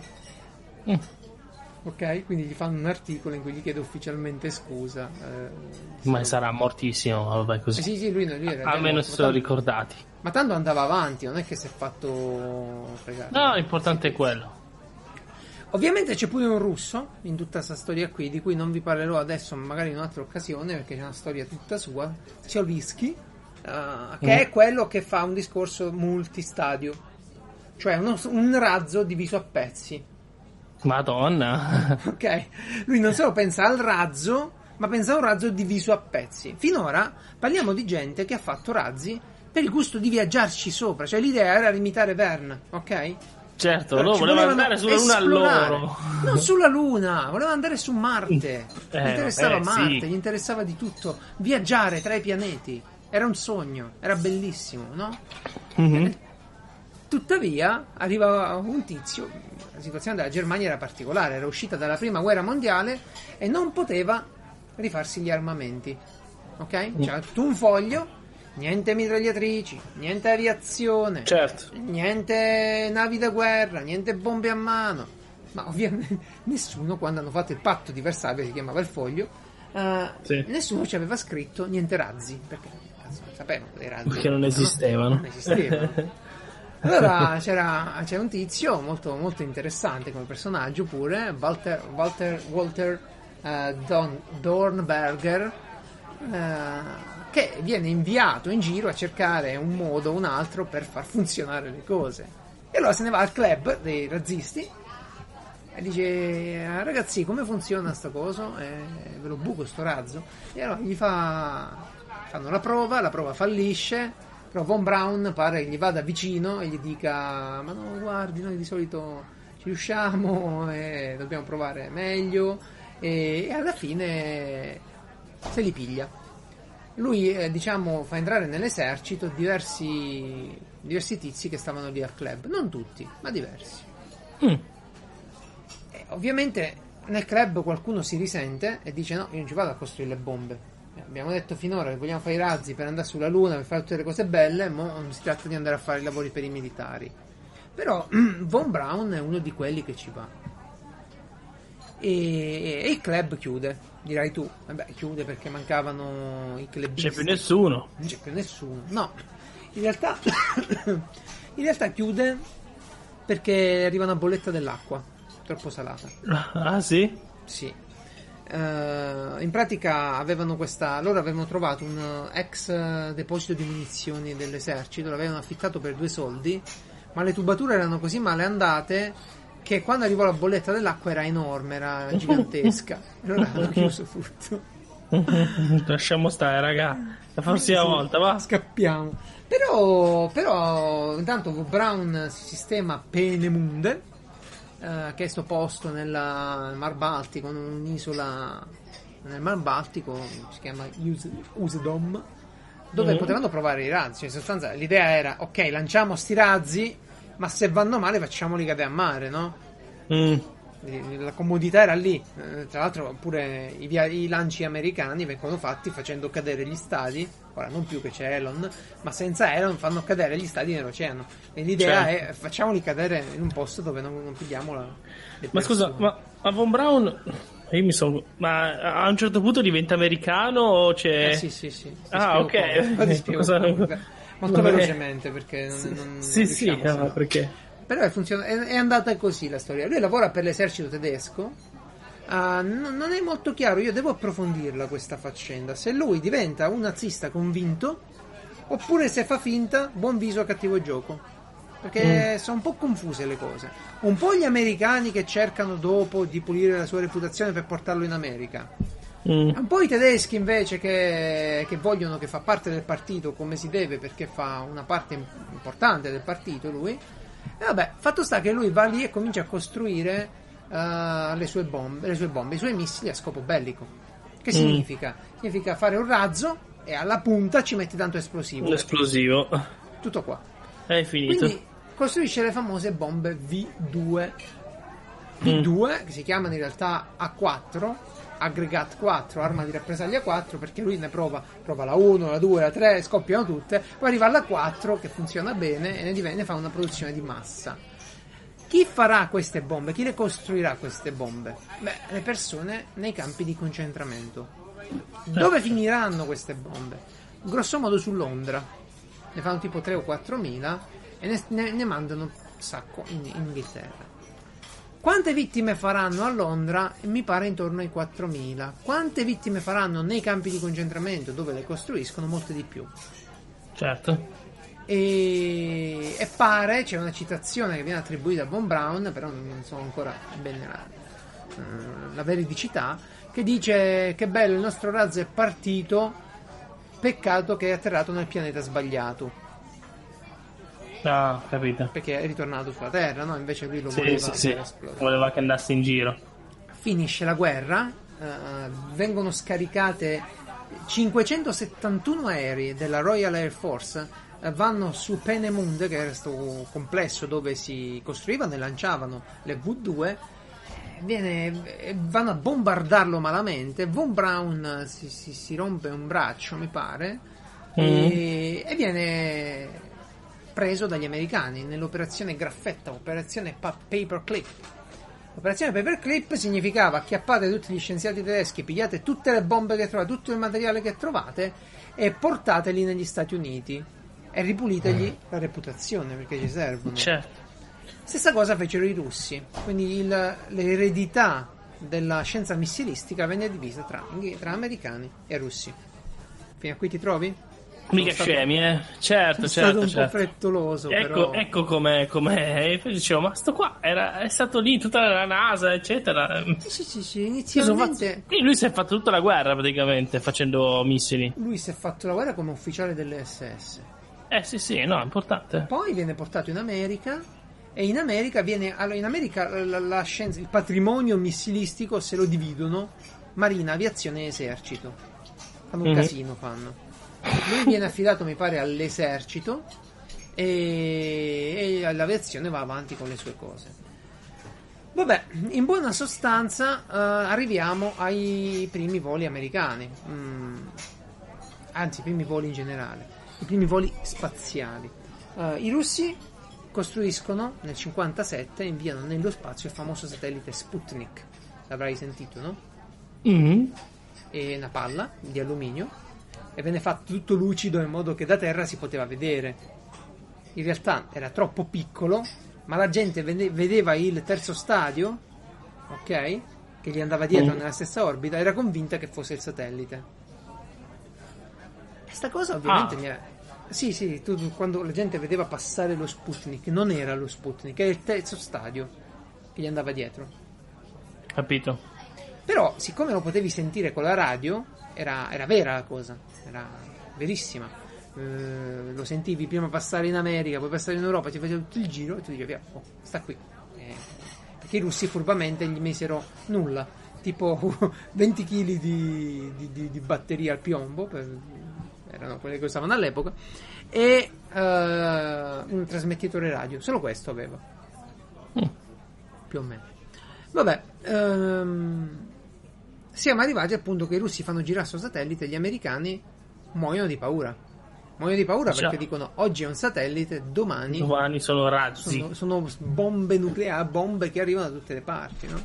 Ok? Quindi gli fanno un articolo in cui gli chiede ufficialmente scusa.
Ma sarà mortissimo, vabbè, così.
Sì, lui era
almeno si sono ricordati.
Ma tanto andava avanti, non è che si è fatto fregare.
No, l'importante è quello.
Ovviamente c'è pure un russo in tutta questa storia qui, di cui non vi parlerò adesso, magari in un'altra occasione, perché c'è una storia tutta sua. Ciolisky, che è quello che fa un discorso multistadio, cioè un razzo diviso a pezzi.
Madonna.
Ok, lui non solo pensa al razzo, ma pensa a un razzo diviso a pezzi. Finora parliamo di gente che ha fatto razzi per il gusto di viaggiarci sopra, cioè l'idea era imitare Verne, ok?
Certo, loro volevano andare sulla Luna a loro.
Non sulla Luna, voleva andare su Marte. Gli interessava Marte, gli interessava di tutto. Viaggiare tra i pianeti. Era un sogno, era bellissimo, no? Tuttavia, arriva un tizio, la situazione della Germania era particolare, era uscita dalla prima guerra mondiale e non poteva rifarsi gli armamenti. Ok? C'era tutto un foglio. Niente mitragliatrici, niente aviazione,
certo,
niente navi da guerra, niente bombe a mano. Ma ovviamente nessuno, quando hanno fatto il patto di Varsavia, si chiamava il foglio, nessuno ci aveva scritto niente razzi, perché sapevano dei razzi,
perché non esistevano.
Non esistevano. Allora c'era un tizio molto, molto interessante come personaggio pure, Walter Dornberger, che viene inviato in giro a cercare un modo o un altro per far funzionare le cose. E allora se ne va al club dei razzisti e dice: ragazzi, come funziona sta cosa? Ve lo buco sto razzo. E allora fanno la prova fallisce, però Von Braun pare che gli vada vicino e gli dica: ma no, guardi, noi di solito ci riusciamo e dobbiamo provare meglio, e alla fine se li piglia. Lui fa entrare nell'esercito diversi tizi che stavano lì al club, non tutti, ma diversi. E ovviamente nel club qualcuno si risente e dice: no, io non ci vado a costruire le bombe, abbiamo detto finora che vogliamo fare i razzi per andare sulla Luna, per fare tutte le cose belle, ma non si tratta di andare a fare i lavori per i militari. Però Von Braun è uno di quelli che ci va, e il club chiude. Dirai tu, vabbè, chiude perché mancavano i clubisti.
Non c'è più nessuno. No, in realtà chiude perché arriva una bolletta dell'acqua troppo salata. Ah, sì?
Sì. In pratica loro avevano trovato un ex deposito di munizioni dell'esercito, l'avevano affittato per 2 soldi, ma le tubature erano così male andate che quando arrivò la bolletta dell'acqua era enorme, era gigantesca. Allora hanno chiuso tutto.
Lasciamo stare, raga. La prossima volta, va.
Scappiamo. Però intanto Brown si sistema Peenemünde, che è sto posto nel Mar Baltico, un'isola nel Mar Baltico, si chiama Usedom, dove potevano provare i razzi. Cioè, in sostanza l'idea era, ok, lanciamo sti razzi, ma se vanno male facciamoli cadere a mare, no? La comodità era lì. Tra l'altro pure i lanci americani vengono fatti facendo cadere gli stadi, ora non più che c'è Elon, ma senza Elon fanno cadere gli stadi nell'oceano, e l'idea è facciamoli cadere in un posto dove non pigliamo
ma scusa, ma Von Braun, io mi sono, ma a un certo punto diventa americano o c'è
sì.
Ok,
molto velocemente, perché non
sì, perché
però è andata così la storia. Lui lavora per l'esercito tedesco. Non è molto chiaro, io devo approfondirla questa faccenda, se lui diventa un nazista convinto oppure se fa finta buon viso a cattivo gioco, perché sono un po' confuse le cose. Un po' gli americani che cercano dopo di pulire la sua reputazione per portarlo in America, un po' i tedeschi invece che vogliono che fa parte del partito come si deve, perché fa una parte importante del partito lui. E vabbè, fatto sta che lui va lì e comincia a costruire le sue bombe, i suoi missili a scopo bellico. Che significa? Significa fare un razzo e alla punta ci metti tanto esplosivo.
L'esplosivo.
Tutto qua.
È finito.
Quindi costruisce le famose bombe V2. V2, che si chiamano in realtà A4, Aggregate 4, arma di rappresaglia 4, perché lui ne prova la 1, la 2, la 3, scoppiano tutte, poi arriva alla 4 che funziona bene e ne fa una produzione di massa. Chi farà queste bombe? Chi le costruirà queste bombe? Beh, le persone nei campi di concentramento. Dove finiranno queste bombe? Grosso modo su Londra. Ne fanno tipo 3 o 4 mila e ne mandano un sacco in Inghilterra. Quante vittime faranno a Londra? Mi pare intorno ai 4.000. Quante vittime faranno nei campi di concentramento dove le costruiscono? Molte di più.
Certo.
E pare, c'è una citazione che viene attribuita a Von Braun, però non so ancora bene la veridicità, che dice che bello, il nostro razzo è partito, peccato che è atterrato nel pianeta sbagliato.
Ah, capito.
Perché è ritornato sulla Terra, no? Invece lui lo voleva
voleva che andasse in giro.
Finisce la guerra, vengono scaricate 571 aerei della Royal Air Force, vanno su Peenemünde, che era questo complesso dove si costruivano e lanciavano le V2, vanno a bombardarlo malamente. Von Braun si rompe un braccio, mi pare, e viene preso dagli americani nell'operazione Graffetta, operazione Paperclip. L'operazione Paperclip significava: acchiappate tutti gli scienziati tedeschi, pigliate tutte le bombe che trovate, tutto il materiale che trovate e portateli negli Stati Uniti e ripulitegli la reputazione, perché ci servono.
Certo.
Stessa cosa fecero i russi, quindi l'eredità della scienza missilistica venne divisa tra americani e russi. Fino a qui ti trovi?
Mica scemi, certo.
Stato un po' frettoloso, però.
Ecco com'è. E poi dicevo, ma sto qua è stato lì tutta la NASA, eccetera.
Sì, inizialmente.
Quindi lui si è fatto tutta la guerra praticamente facendo missili.
Lui si è fatto la guerra come ufficiale delle SS.
Sì, no, è importante.
Poi viene portato in America. E in America la scienza, il patrimonio missilistico se lo dividono marina, aviazione e esercito. Fanno un casino, fanno. Lui viene affidato, mi pare, all'esercito e l'aviazione va avanti con le sue cose. Vabbè, in buona sostanza arriviamo ai primi voli americani, anzi i primi voli in generale, i primi voli spaziali. I russi costruiscono nel 1957 e inviano nello spazio il famoso satellite Sputnik. L'avrai sentito, no? È una palla di alluminio e venne fatto tutto lucido in modo che da terra si poteva vedere. In realtà era troppo piccolo, ma la gente vedeva il terzo stadio, ok, che gli andava dietro nella stessa orbita, era convinta che fosse il satellite. E sta cosa ovviamente mi è... Sì, quando la gente vedeva passare lo Sputnik, non era lo Sputnik, era il terzo stadio che gli andava dietro.
Capito.
Però, siccome lo potevi sentire con la radio, era vera la cosa, era verissima. Lo sentivi prima passare in America, poi passare in Europa, ti faceva tutto il giro e tu dicevi oh, sta qui, perché i russi furbamente gli misero nulla, tipo 20 kg di batteria al piombo, erano quelle che usavano all'epoca, e un trasmettitore radio, solo questo aveva, più o meno. Vabbè, siamo arrivati al punto che i russi fanno girare questo satellite e gli americani muoiono di paura. Perché dicono oggi è un satellite, domani
sono razzi,
sono bombe nucleari, bombe che arrivano da tutte le parti, no?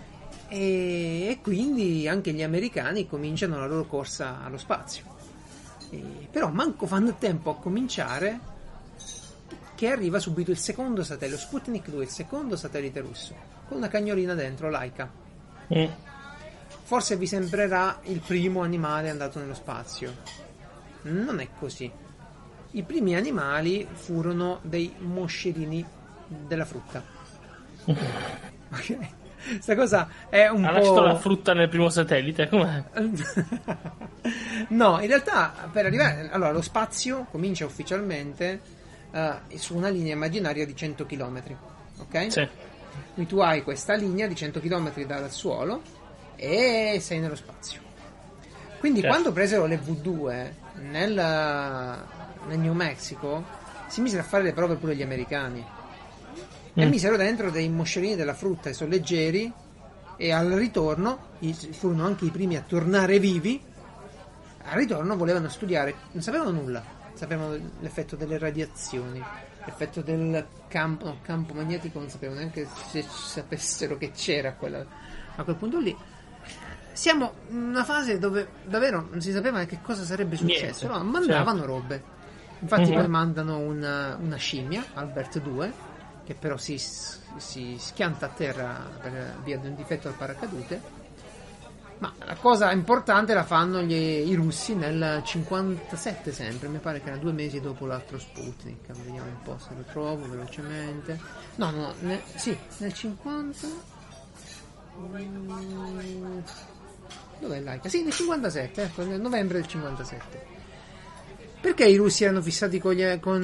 E quindi anche gli americani cominciano la loro corsa allo spazio, però manco fanno tempo a cominciare che arriva subito il secondo satellite, Sputnik 2, il secondo satellite russo, con una cagnolina dentro, Laika. Forse vi sembrerà il primo animale andato nello spazio. Non è così. I primi animali furono dei moscerini della frutta. Ok. Questa cosa è un po'... Ha
lasciato la frutta nel primo satellite? Com'è?
No, in realtà per arrivare... Allora, lo spazio comincia ufficialmente su una linea immaginaria di 100 km. Ok?
Sì.
Quindi tu hai questa linea di 100 km dal suolo e sei nello spazio. Quindi quando presero le V2 nel New Mexico si misero a fare le prove pure gli americani e misero dentro dei moscerini della frutta, sono leggeri, e al ritorno furono anche i primi a tornare vivi. Al ritorno volevano studiare, non sapevano nulla, sapevano l'effetto delle radiazioni, l'effetto del campo magnetico, non sapevano neanche se sapessero che c'era a quel punto lì. Siamo in una fase dove davvero non si sapeva che cosa sarebbe successo, no? Mandavano robe. Infatti poi mandano una scimmia, Albert 2, che però si schianta a terra per via di un difetto al paracadute. Ma la cosa importante la fanno i russi nel 57 sempre, mi pare che era 2 mesi dopo l'altro Sputnik. Vediamo un po' se lo trovo velocemente. Nel 50... Dov'è Laika? Sì, nel 57, ecco, nel novembre del 57. Perché i russi erano fissati con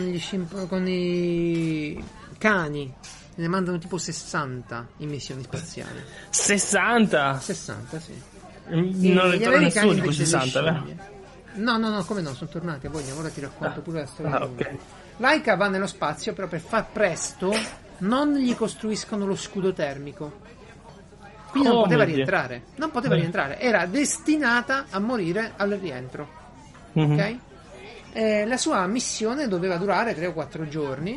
i cani? Ne mandano tipo 60 in missioni spaziali.
60?
60, sì.
Non ne torna nessuno di quei 60, vero?
No, come no, sono tornati a voglia. Ora ti racconto pure la storia. Okay. Laika va nello spazio, però per far presto non gli costruiscono lo scudo termico. Quindi non poteva rientrare, era destinata a morire al rientro. Ok? La sua missione doveva durare 3 o 4 giorni,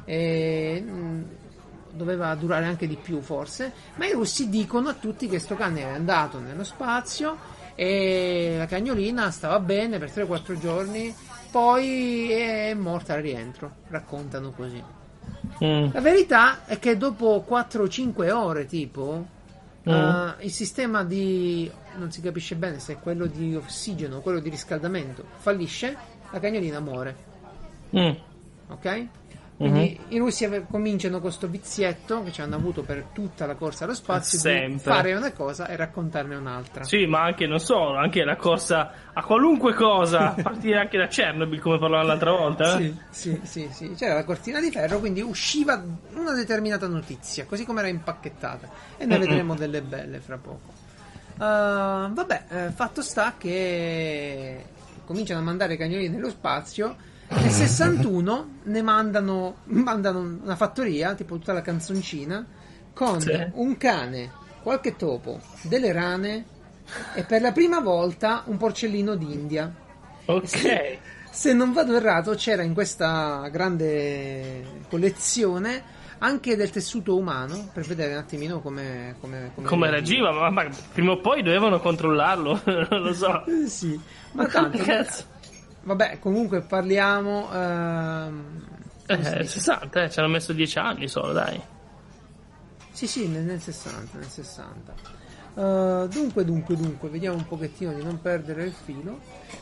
doveva durare anche di più forse, ma i russi dicono a tutti che sto cane è andato nello spazio e la cagnolina stava bene per 3 o 4 giorni, poi è morta al rientro, raccontano così. La verità è che dopo 4 o 5 ore tipo il sistema non si capisce bene se è quello di ossigeno o quello di riscaldamento fallisce, la cagnolina muore. Ok? Quindi i russi cominciano con questo vizietto che ci hanno avuto per tutta la corsa allo spazio, di fare una cosa e raccontarne un'altra.
Sì, ma anche non solo, anche la corsa a qualunque cosa, a partire anche da Chernobyl, come parlavamo l'altra volta.
Sì. C'era la cortina di ferro, quindi usciva una determinata notizia, così come era impacchettata, e ne vedremo delle belle fra poco. Fatto sta che cominciano a mandare cagnolini nello spazio. Nel 61 ne mandano una fattoria, tipo tutta la canzoncina, con un cane, qualche topo, delle rane e per la prima volta un porcellino d'India.
Ok.
Se non vado errato, c'era in questa grande collezione anche del tessuto umano, per vedere un attimino come
reagiva, ma prima o pci dovevano controllarlo, non lo so.
Sì, ma tanto cazzo. Vabbè, comunque parliamo
60, ci hanno messo 10 anni solo, dai.
Sì, nel 60. Dunque, vediamo un pochettino di non perdere il filo.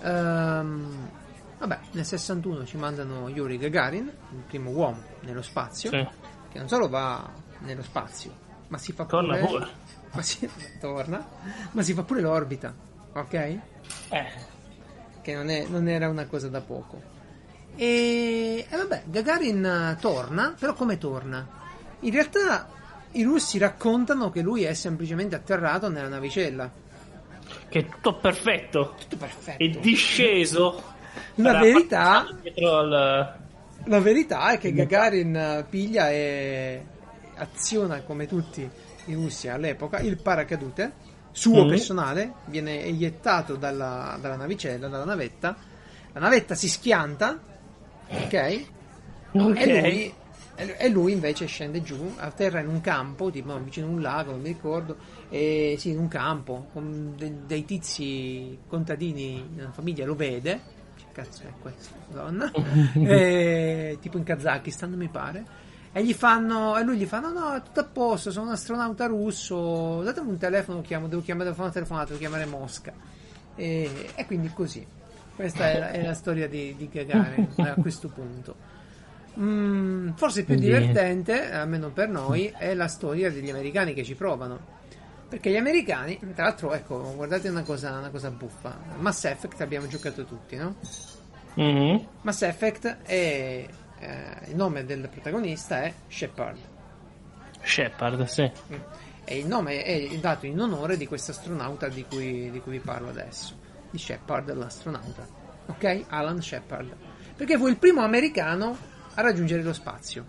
Nel 61 ci mandano Yuri Gagarin, il primo uomo nello spazio, che non solo va nello spazio, ma si fa
torna
ma si fa pure l'orbita. ok? Che non era una cosa da poco. E vabbè, Gagarin torna, però come torna? In realtà i russi raccontano che lui è semplicemente atterrato nella navicella.
Che è tutto perfetto. È disceso.
La verità è che Gagarin piglia e aziona, come tutti i russi all'epoca, il paracadute suo personale, viene eiettato dalla navicella, dalla navetta. La navetta si schianta, ok? E lui invece scende giù, atterra in un campo, tipo vicino a un lago, non mi ricordo, sì, in un campo, con dei tizi contadini, una famiglia lo vede, che cazzo è questa donna? Tipo in Kazakistan, mi pare. E lui gli fa: no, è tutto a posto, sono un astronauta russo, datemi un telefono, devo chiamare devo chiamare Mosca. E quindi così. Questa è la storia di Gagarin a questo punto. Forse più divertente, almeno per noi, è la storia degli americani che ci provano. Perché gli americani, tra l'altro, ecco, guardate una cosa buffa. Mass Effect abbiamo giocato tutti, no? Mass Effect è... il nome del protagonista è Shepard,
sì.
E il nome è dato in onore di questo astronauta di cui vi parlo adesso, di Shepard, l'astronauta, ok? Alan Shepard, perché fu il primo americano a raggiungere lo spazio,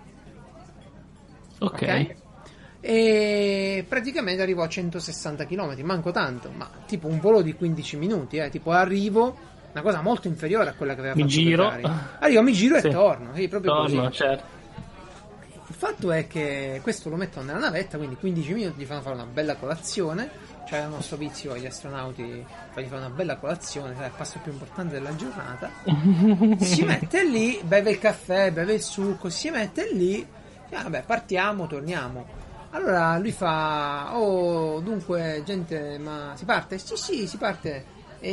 ok? E praticamente arrivò a 160 km, manco tanto, ma tipo un volo di 15 minuti, tipo arrivo. Una cosa molto inferiore a quella che aveva fatto Gagarin. Arrivo, mi giro e torno. Sì, proprio così.
Certo.
Il fatto è che questo lo mettono nella navetta, quindi 15 minuti gli fanno fare una bella colazione. Cioè il nostro vizio agli astronauti, gli fa una bella colazione, è il passo più importante della giornata. Si mette lì, beve il caffè, beve il succo, si mette lì, e vabbè, partiamo, torniamo. Allora lui fa: oh, dunque, gente, ma si parte? Sì, si parte.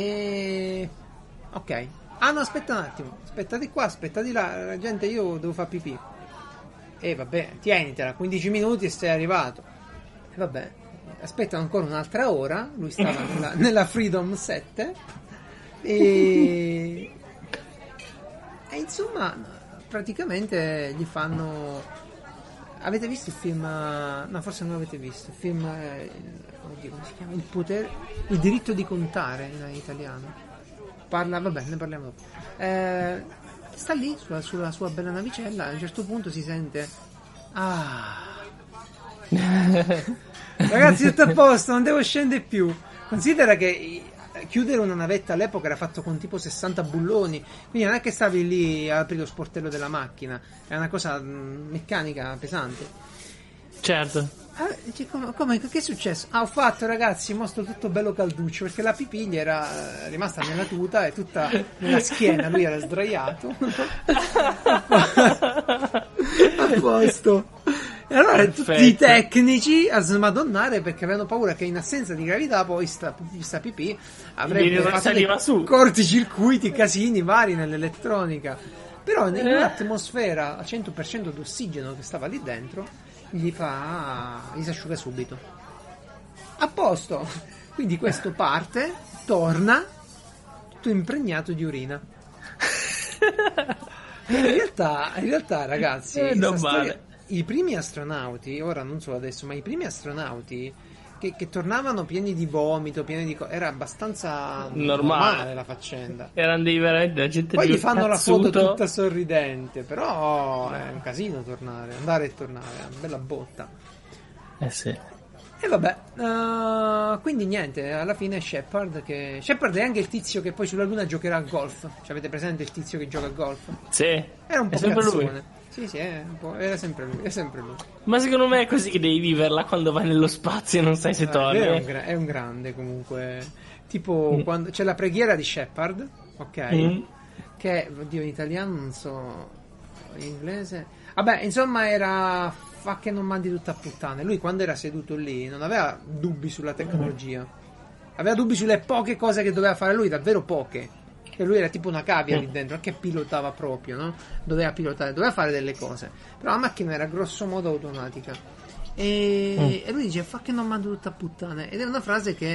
Ok. No, aspetta un attimo. Aspetta di qua, aspetta di là. Gente, io devo fare pipì. Vabbè, tienitela, 15 minuti e sei arrivato. Vabbè, aspetta ancora un'altra ora. Lui stava nella Freedom 7. E insomma, praticamente gli fanno... Avete visto il film? No, forse non l'avete visto. Il film... oddio, come si chiama? Il diritto di contare in italiano. Vabbè, ne parliamo dopo. Sta lì sulla sua bella navicella. A un certo punto si sente: ragazzi, tutto a posto, non devo scendere più. Considera che chiudere una navetta all'epoca era fatto con tipo 60 bulloni, quindi non è che stavi lì a aprire lo sportello della macchina, è una cosa meccanica pesante.
Certo.
Come, che è successo? Ho fatto, ragazzi, mostro tutto bello calduccio, perché la pipì gli era rimasta nella tuta e tutta nella schiena, lui era sdraiato. A posto. E allora tutti i tecnici a smadonnare, perché avevano paura che in assenza di gravità poi sta pipì avrebbe fatto corticircuiti, casini vari nell'elettronica. Però in un'atmosfera a 100% d'ossigeno che stava lì dentro, gli si asciuga subito. A posto. Quindi questo parte, torna tutto impregnato di urina. In realtà ragazzi, i primi astronauti, ora non solo adesso, ma i primi astronauti che tornavano pieni di vomito, era abbastanza normale la faccenda.
Erano veramente la gente.
Poi gli fanno la foto tutta sorridente, però è un casino andare e tornare, è una bella botta.
Sì.
E vabbè, quindi niente, alla fine Shepard è anche il tizio che poi sulla Luna giocherà a golf. Cioè, avete presente il tizio che gioca a golf?
Sì.
Era un po'
sempre
cazzone.
Lui.
Sì, era sempre lui.
Ma secondo me è così che devi viverla quando vai nello spazio e non sai se torni.
È un grande comunque. Tipo quando c'è la preghiera di Shepard, ok? Che, oddio, in italiano non so, in inglese. Vabbè, insomma era: fa che non mandi tutta a puttane. Lui quando era seduto lì non aveva dubbi sulla tecnologia. Aveva dubbi sulle poche cose che doveva fare lui, davvero poche. Che lui era tipo una cavia lì dentro, che pilotava proprio, no? Doveva fare delle cose, però la macchina era grosso modo automatica. E lui dice: fa che non mando tutta a puttane. Ed è una frase che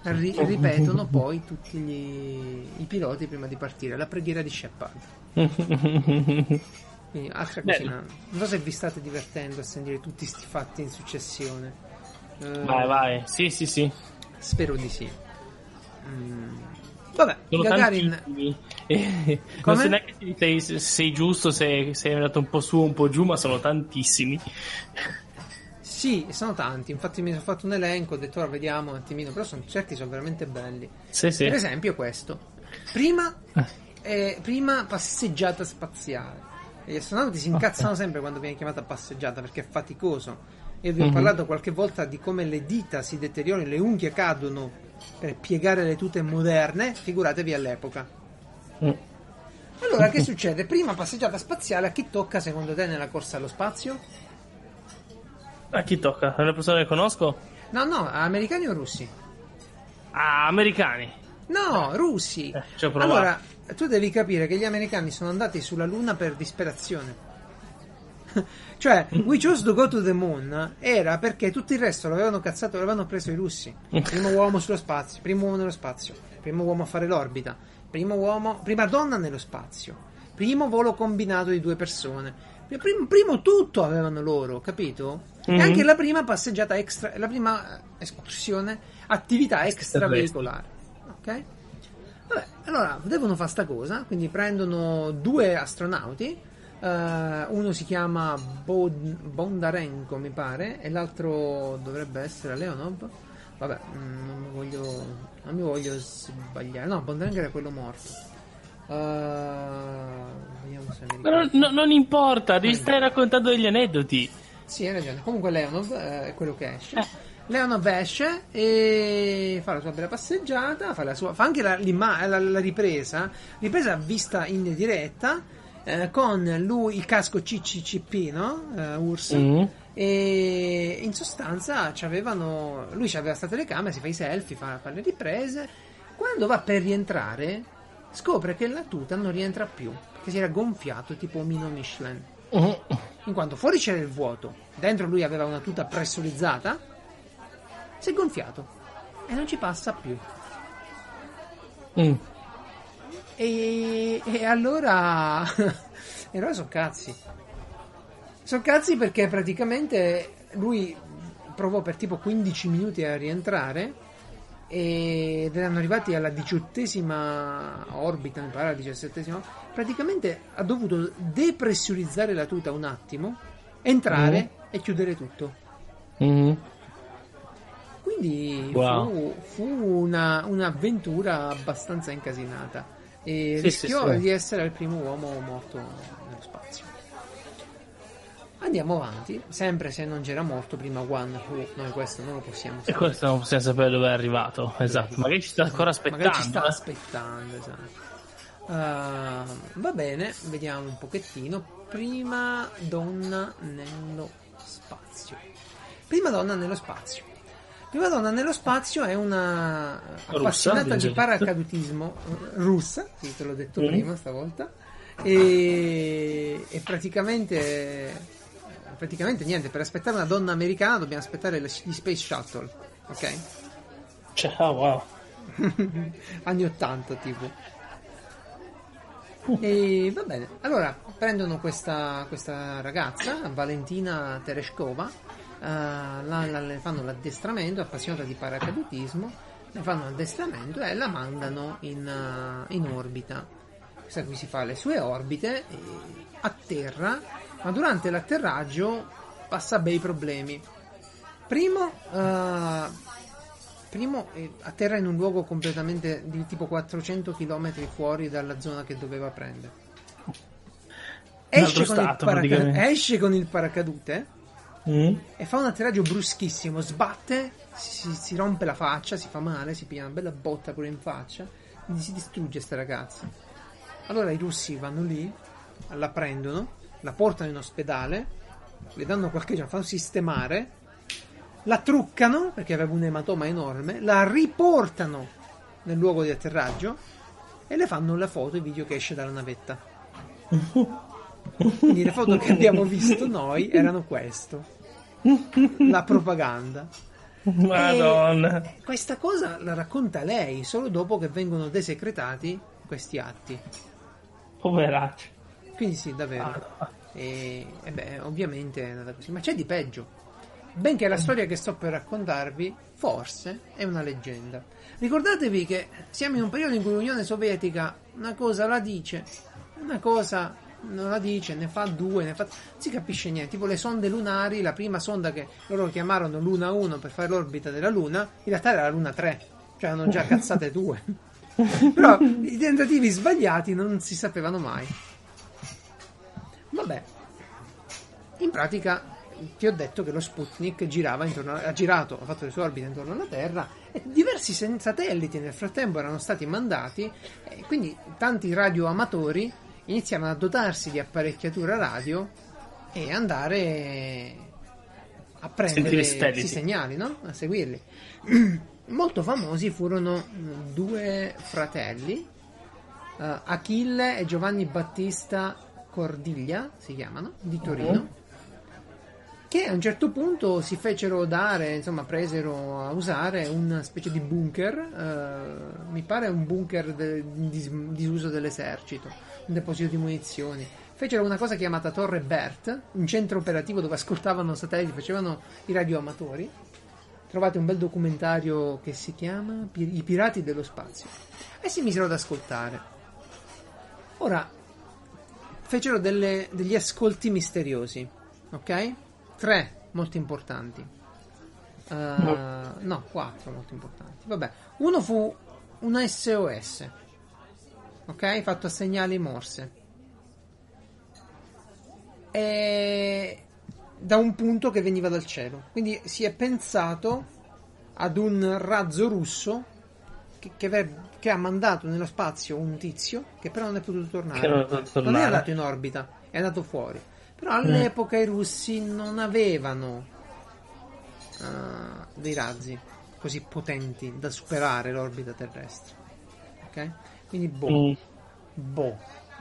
ripetono poi tutti i piloti prima di partire, la preghiera di Shepard. Quindi, altra cosina, non so se vi state divertendo a sentire tutti sti fatti in successione.
Vai, sì.
Spero di sì. Vabbè,
sono
Gagarin.
Non so neanche se sei giusto, se sei andato un po' su, un po' giù, ma sono tantissimi.
Sì, sono tanti. Infatti mi sono fatto un elenco, ho detto ora vediamo un attimino, però certi sono veramente belli.
Sì.
Per esempio questo. Prima passeggiata spaziale. E gli astronauti si incazzano sempre quando viene chiamata passeggiata perché è faticoso. Io vi ho parlato qualche volta di come le dita si deteriorano, le unghie cadono per piegare le tute moderne, figuratevi all'epoca. Allora, che succede? Prima passeggiata spaziale, a chi tocca secondo te nella corsa allo spazio?
A chi tocca? A una persona che conosco?
No, americani o russi?
Americani.
No, russi. Allora, tu devi capire che gli americani sono andati sulla Luna per disperazione. Cioè, we chose to go to the moon era perché tutto il resto l'avevano cazzato, l'avevano preso i russi. Primo uomo sullo spazio, primo uomo nello spazio, primo uomo a fare l'orbita, prima donna nello spazio, primo volo combinato di 2 persone. Primo tutto avevano loro, capito? E anche la prima passeggiata la prima escursione, attività extraveicolare. Ok? Vabbè, allora devono fare sta cosa, quindi prendono 2 astronauti. Uno si chiama Bondarenko, mi pare, e l'altro dovrebbe essere Leonov. Vabbè, non mi voglio sbagliare. No, Bondarenko era quello morto. Vediamo se mi ricordo.
Non importa, devi stare raccontando degli aneddoti.
Sì, hai ragione. Comunque Leonov è quello che esce. Leonov esce e fa la sua bella passeggiata, fa anche la ripresa vista in diretta. Con lui il casco CCCP, no? URSS. E in sostanza lui c'aveva state le camere, si fa i selfie, fa le riprese. Quando va per rientrare scopre che la tuta non rientra più perché si era gonfiato tipo omino Michelin, in quanto fuori c'era il vuoto, dentro lui aveva una tuta pressurizzata, si è gonfiato e non ci passa più. E allora sono cazzi perché praticamente lui provò per tipo 15 minuti a rientrare ed erano arrivati alla 18ª orbita, mi pare, alla 17ª. Praticamente ha dovuto depressurizzare la tuta un attimo, entrare e chiudere tutto. Quindi fu un'avventura abbastanza incasinata. E rischiò di essere il primo uomo morto nello spazio. Andiamo avanti, sempre se non c'era morto prima One Who, noi questo non lo possiamo sapere.
E questo non possiamo sapere dove è arrivato, esatto. Magari ci sta ancora aspettando.
Esatto. Va bene, vediamo un pochettino. Prima donna nello spazio. Prima donna nello spazio è una appassionata di paracadutismo russa, sì, te l'ho detto prima stavolta, e praticamente niente, per aspettare una donna americana dobbiamo aspettare gli Space Shuttle, ok?
Wow.
Anni 80 tipo. E va bene, allora prendono questa ragazza, Valentina Tereshkova. Le fanno l'addestramento, appassionata di paracadutismo, le fanno l'addestramento e la mandano in orbita. Questa qui si fa le sue orbite, atterra, ma durante l'atterraggio passa bei problemi. Primo atterra in un luogo completamente di tipo 400 km fuori dalla zona che doveva prendere. Esce con il paracadute e fa un atterraggio bruschissimo, sbatte, si rompe la faccia, si fa male, si piglia una bella botta pure in faccia, quindi si distrugge sta ragazza. Allora i russi vanno lì, la prendono, la portano in ospedale, le danno qualche giorno, fanno sistemare, la truccano perché aveva un ematoma enorme, la riportano nel luogo di atterraggio e le fanno la foto e video che esce dalla navetta. Quindi le foto che abbiamo visto noi erano questo, la propaganda.
Madonna.
E questa cosa la racconta lei solo dopo che vengono desecretati questi atti.
Poveraccio.
Quindi sì, davvero. E beh, ovviamente è andata così. Ma c'è di peggio. Benché la storia che sto per raccontarvi, forse, è una leggenda. Ricordatevi che siamo in un periodo in cui l'Unione Sovietica una cosa la dice, una cosa non la dice, ne fa due, non si capisce niente. Tipo le sonde lunari, la prima sonda che loro chiamarono Luna 1 per fare l'orbita della Luna, in realtà era la Luna 3, cioè hanno già cazzate due. Però i tentativi sbagliati non si sapevano mai. Vabbè, in pratica ti ho detto che lo Sputnik ha fatto le sue orbite intorno alla Terra e diversi satelliti nel frattempo erano stati mandati, e quindi tanti radioamatori iniziarono a dotarsi di apparecchiatura radio e andare a prendere questi segnali, no? A seguirli. Molto famosi furono due fratelli, Achille e Giovanni Battista Cordiglia, si chiamano, di Torino, che a un certo punto si fecero dare, insomma, presero a usare una specie di bunker, mi pare un bunker in disuso dell'esercito, un deposito di munizioni. Fecero una cosa chiamata Torre Bert, un centro operativo dove ascoltavano satelliti, facevano i radioamatori. Trovate un bel documentario che si chiama I pirati dello spazio, e si misero ad ascoltare. Ora fecero degli ascolti misteriosi, ok? 3 molto importanti, no, 4 molto importanti. Vabbè, uno fu un SOS, ok, fatto a segnali Morse, e da un punto che veniva dal cielo. Quindi si è pensato ad un razzo russo che ha mandato nello spazio un tizio che però non è potuto tornare. Non è andato in orbita, è andato fuori. Però all'epoca i russi non avevano dei razzi così potenti da superare l'orbita terrestre, ok? Quindi boh.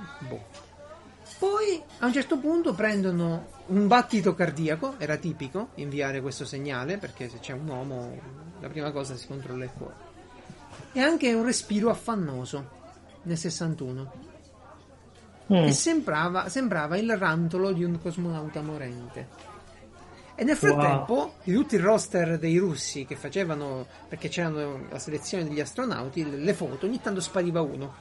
Poi a un certo punto prendono un battito cardiaco, era tipico inviare questo segnale perché se c'è un uomo la prima cosa si controlla il cuore, e anche un respiro affannoso nel 61. E sembrava il rantolo di un cosmonauta morente. E nel frattempo di tutto il roster dei russi che facevano, perché c'erano la selezione degli astronauti, le foto, ogni tanto spariva uno,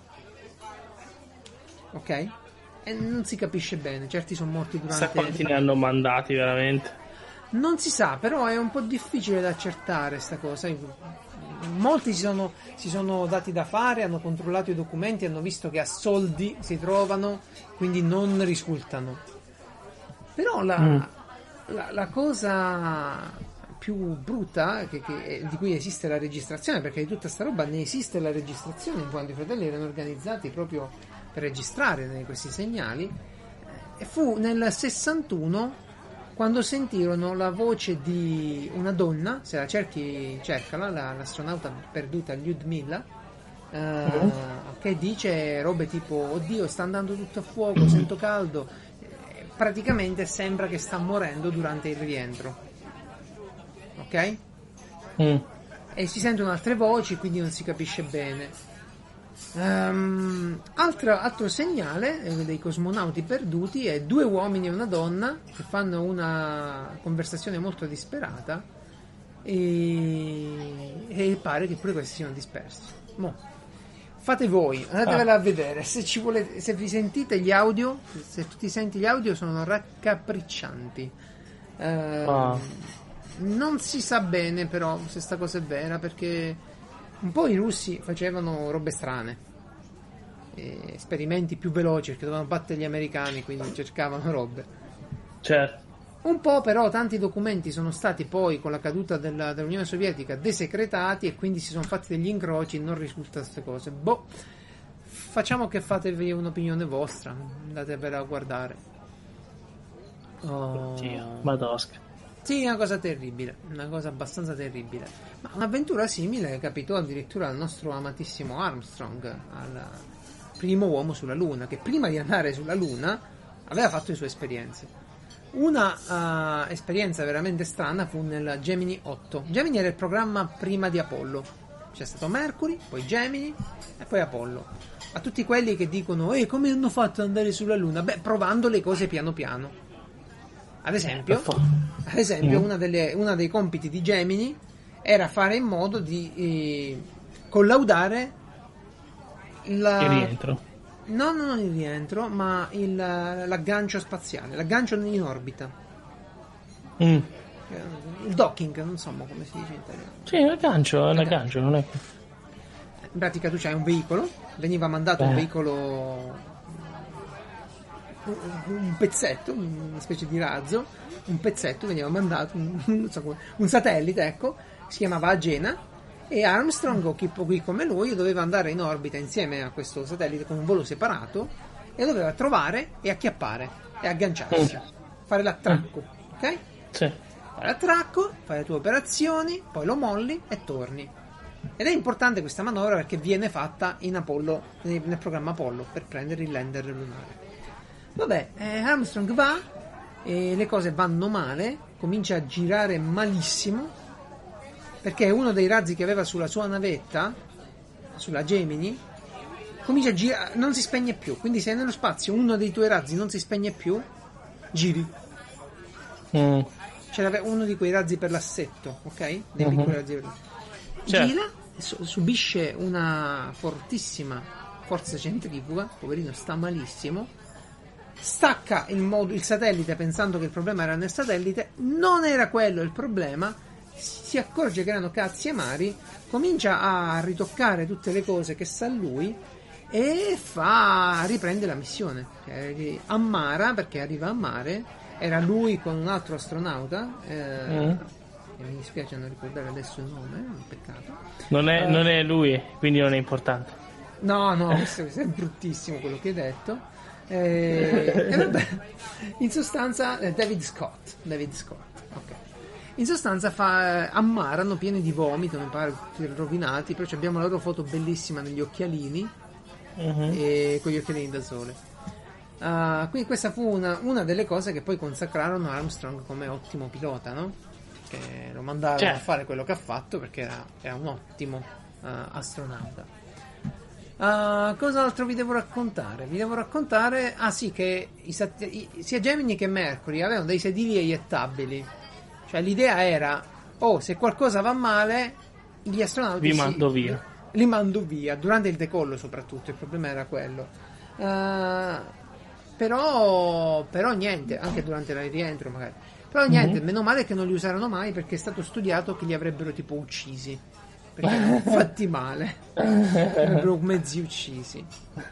ok? E non si capisce bene, certi sono morti durante...
Sa quanti ne hanno mandati veramente?
Non si sa, però è un po' difficile da accertare sta cosa. Molti si sono dati da fare, hanno controllato i documenti, hanno visto che a soldi si trovano, quindi non risultano. Però la cosa più brutta di cui esiste la registrazione, perché di tutta sta roba ne esiste la registrazione, in quanto i fratelli erano organizzati proprio per registrare questi segnali, e fu nel 61 quando sentirono la voce di una donna, se la cerchi cercala, l'astronauta perduta Lyudmila, che dice robe tipo oddio sta andando tutto a fuoco, sento caldo, praticamente sembra che sta morendo durante il rientro, ok? E si sentono altre voci, quindi non si capisce bene. Altro segnale dei cosmonauti perduti è 2 uomini e una donna che fanno una conversazione molto disperata, e pare che pure questi siano dispersi. Fate voi, andatevela a vedere se ci volete, se vi sentite gli audio, se tu ti senti gli audio sono raccapriccianti. Non si sa bene però se sta cosa è vera, perché un po' i russi facevano robe strane, esperimenti più veloci perché dovevano battere gli americani, quindi cercavano robe.
Certo.
Un po' però tanti documenti sono stati poi con la caduta dell'Unione Sovietica desecretati, e quindi si sono fatti degli incroci, non risulta queste cose. Facciamo che fatevi un'opinione vostra, andatevela a guardare.
Oddio, madosca.
Sì, una cosa terribile, una cosa abbastanza terribile. Ma un'avventura simile capitò addirittura al nostro amatissimo Armstrong, al primo uomo sulla Luna, che prima di andare sulla Luna aveva fatto le sue esperienze. Una esperienza veramente strana fu nel Gemini 8. Gemini era il programma prima di Apollo. C'è stato Mercury, poi Gemini e poi Apollo. A tutti quelli che dicono come hanno fatto ad andare sulla Luna? Beh, provando le cose piano piano. Ad esempio uno dei compiti di Gemini era fare in modo di collaudare
il rientro.
No, non il rientro, ma l'aggancio spaziale, l'aggancio in orbita. Il docking, non so come si dice in italiano.
Sì, l'aggancio, non è.
In pratica tu c'hai un veicolo, veniva mandato un veicolo, un pezzetto, una specie di razzo, un pezzetto veniva mandato, un satellite, ecco, si chiamava Agena. E Armstrong, o chi come lui, doveva andare in orbita insieme a questo satellite con un volo separato e doveva trovare e acchiappare e agganciarsi, fare l'attracco, ok?
Sì.
Fare l'attracco, fare le tue operazioni, poi lo molli e torni. Ed è importante questa manovra perché viene fatta in Apollo, nel programma Apollo, per prendere il lander lunare. Vabbè, Armstrong va e le cose vanno male, comincia a girare malissimo, perché uno dei razzi che aveva sulla sua navetta, sulla Gemini, comincia a girare, non si spegne più. Quindi se nello spazio uno dei tuoi razzi non si spegne più, giri. C'era uno di quei razzi per l'assetto, ok? Dei piccoli razzi per gira, subisce una fortissima forza centrifuga, poverino sta malissimo, stacca il satellite pensando che il problema era nel satellite, non era quello il problema. Si accorge che erano cazzi amari, comincia a ritoccare tutte le cose che sa lui e riprende la missione a Mara, perché arriva a mare, era lui con un altro astronauta e mi dispiace non ricordare adesso il nome, è un peccato.
Non è lui, quindi non è importante.
No, questo è bruttissimo quello che hai detto. E vabbè, in sostanza David Scott, ok. In sostanza ammarano pieni di vomito, mi pare, rovinati, però abbiamo la loro foto bellissima negli occhialini e con gli occhialini da sole. Quindi questa fu una delle cose che poi consacrarono Armstrong come ottimo pilota, no? Che lo mandarono a fare quello che ha fatto perché era un ottimo astronauta. Cos'altro vi devo raccontare? Che sia Gemini che Mercury avevano dei sedili eiettabili. Cioè l'idea era, se qualcosa va male, gli astronauti li mando via, durante il decollo soprattutto, il problema era quello. Però niente, anche durante il rientro magari. Però niente, meno male che non li usarono mai, perché è stato studiato che li avrebbero tipo uccisi. Perché erano fatti male. Avrebbero mezzi uccisi.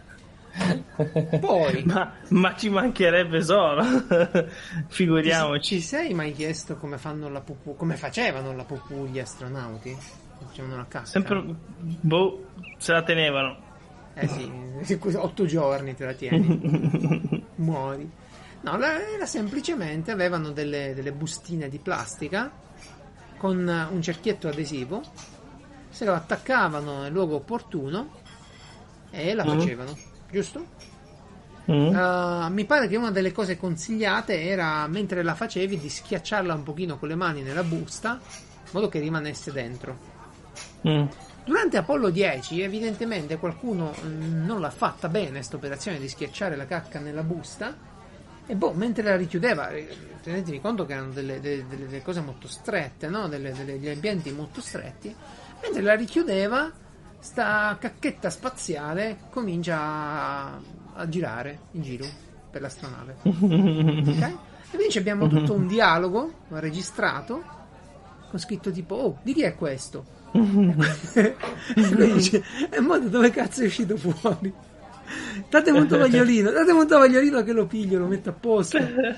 Poi
ma ci mancherebbe solo. Figuriamoci.
Ci sei mai chiesto come fanno la pupù, come facevano la pupù gli astronauti? Facevano la cacca.
Sempre se la tenevano.
Sì, 8 giorni te la tieni. Muori. No, era semplicemente avevano delle bustine di plastica con un cerchietto adesivo, se lo attaccavano nel luogo opportuno e la facevano. Giusto? Mi pare che una delle cose consigliate era, mentre la facevi, di schiacciarla un pochino con le mani nella busta in modo che rimanesse dentro. Durante Apollo 10 evidentemente qualcuno non l'ha fatta bene questa operazione di schiacciare la cacca nella busta e mentre la richiudeva, tenetevi conto che erano delle cose molto strette, no? Degli ambienti molto stretti, mentre la richiudeva sta cacchetta spaziale comincia a girare in giro per l'astronave. Okay? E quindi abbiamo tutto un dialogo registrato con scritto tipo di chi è questo? E lui dice modo dove cazzo è uscito fuori? Date molto vagliolino che lo piglio, lo metto a posto.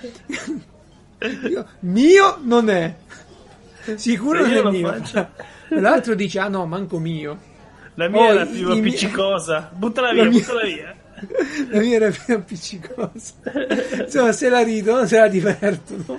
Mio non è sicuro, non è mio. L'altro dice no, manco mio.
La mia era più appiccicosa. Buttala via.
La mia era più appiccicosa. Insomma, se la ridono, se la divertono.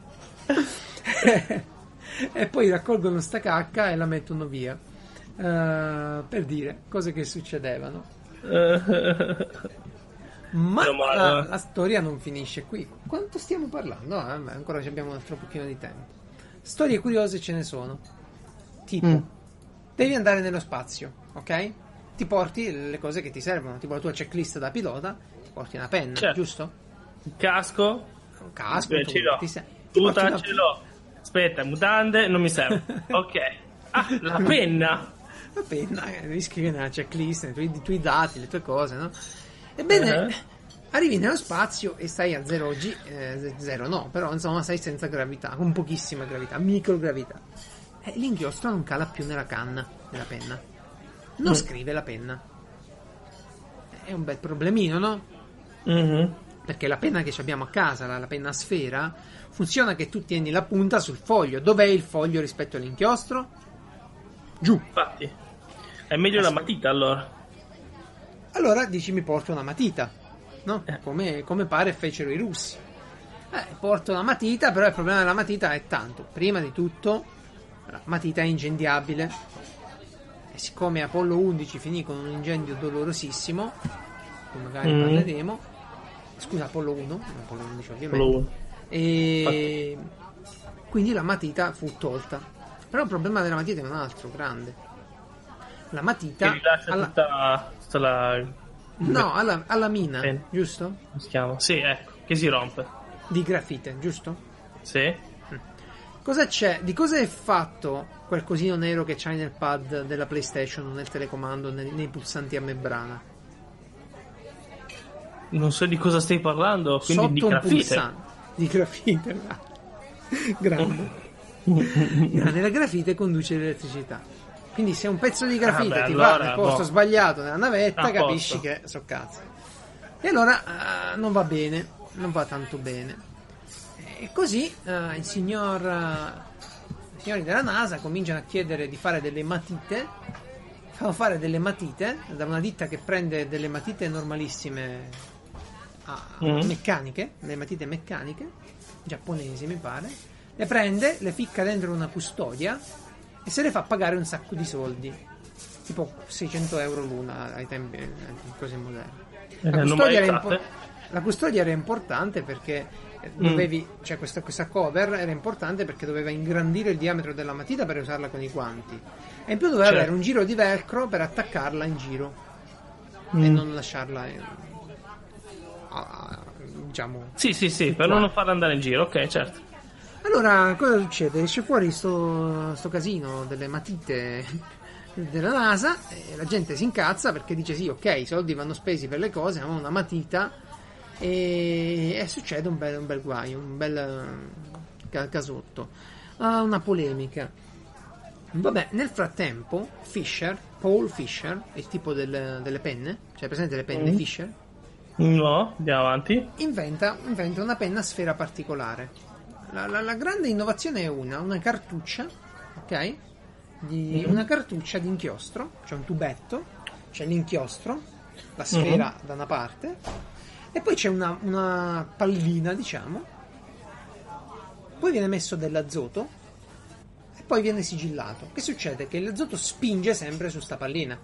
E poi raccolgono sta cacca e la mettono via. Per dire cose che succedevano. Ma la storia non finisce qui. Quanto stiamo parlando? Ancora abbiamo un altro pochino di tempo. Storie curiose ce ne sono. Tipo, devi andare nello spazio, ok? Ti porti le cose che ti servono, tipo la tua checklist da pilota, ti porti una penna, certo. Giusto?
Il casco?
Un casco,
ce l'ho. Tuta ce l'ho. Aspetta, mutande non mi serve. Ok. La penna.
La penna, devi scrivere nella checklist i tuoi dati, le tue cose, no? Ebbene, arrivi nello spazio e stai a 0G, 0 no, però insomma stai senza gravità, con pochissima gravità, microgravità. E l'inchiostro non cala più nella canna della penna. Non scrive la penna. È un bel problemino, no? Perché la penna che abbiamo a casa, la penna a sfera, funziona che tu tieni la punta sul foglio. Dov'è il foglio rispetto all'inchiostro? Giù.
Infatti. È meglio la matita allora.
Allora dici mi porto una matita, no? Come pare fecero i russi. Porto una matita, però il problema della matita è tanto. Prima di tutto, la matita è incendiabile. E siccome Apollo 11 finì con un incendio dolorosissimo, magari parleremo. Scusa, Apollo 1, Apollo 11 ovviamente. Apollo 1. E quindi la matita fu tolta. Però il problema della matita è un altro grande. La matita alla mina, giusto?
Come si chiama? Sì, ecco, che si rompe.
Di grafite, giusto?
Sì.
Cosa c'è? Di cosa è fatto quel cosino nero che c'hai nel pad della PlayStation, nel telecomando, nei pulsanti a membrana?
Non so di cosa stai parlando, quindi
sotto
di grafite.
Pulsante. Di grafite, grande. La grafite conduce l'elettricità. Quindi se un pezzo di grafite ti va nel posto sbagliato nella navetta, capisci che so cazzo. E allora non va bene, non va tanto bene. E così i signori della NASA cominciano a chiedere di fare delle matite. Fanno fare delle matite da una ditta che prende delle matite normalissime meccaniche, le matite meccaniche giapponesi mi pare. Le prende, le ficca dentro una custodia e se le fa pagare un sacco di soldi, tipo 600 euro l'una ai tempi cose moderne. La custodia era importante perché cioè questa cover era importante perché doveva ingrandire il diametro della matita per usarla con i guanti e in più doveva avere un giro di velcro per attaccarla in giro e non lasciarla diciamo
sì per non farla andare in giro, ok, certo.
Allora, cosa succede? Esce fuori sto casino delle matite della NASA e la gente si incazza perché dice sì, ok, i soldi vanno spesi per le cose, ma una matita e succede un bel guaio, un bel casotto, una polemica. Vabbè, nel frattempo Paul Fisher, il tipo delle penne, cioè presente le penne Fisher?
No, andiamo avanti.
Inventa una penna a sfera particolare. La grande innovazione è una cartuccia, ok? Una cartuccia di inchiostro, c'è un tubetto, c'è l'inchiostro, la sfera da una parte, e poi c'è una pallina, diciamo. Poi viene messo dell'azoto e poi viene sigillato. Che succede? Che l'azoto spinge sempre su sta pallina.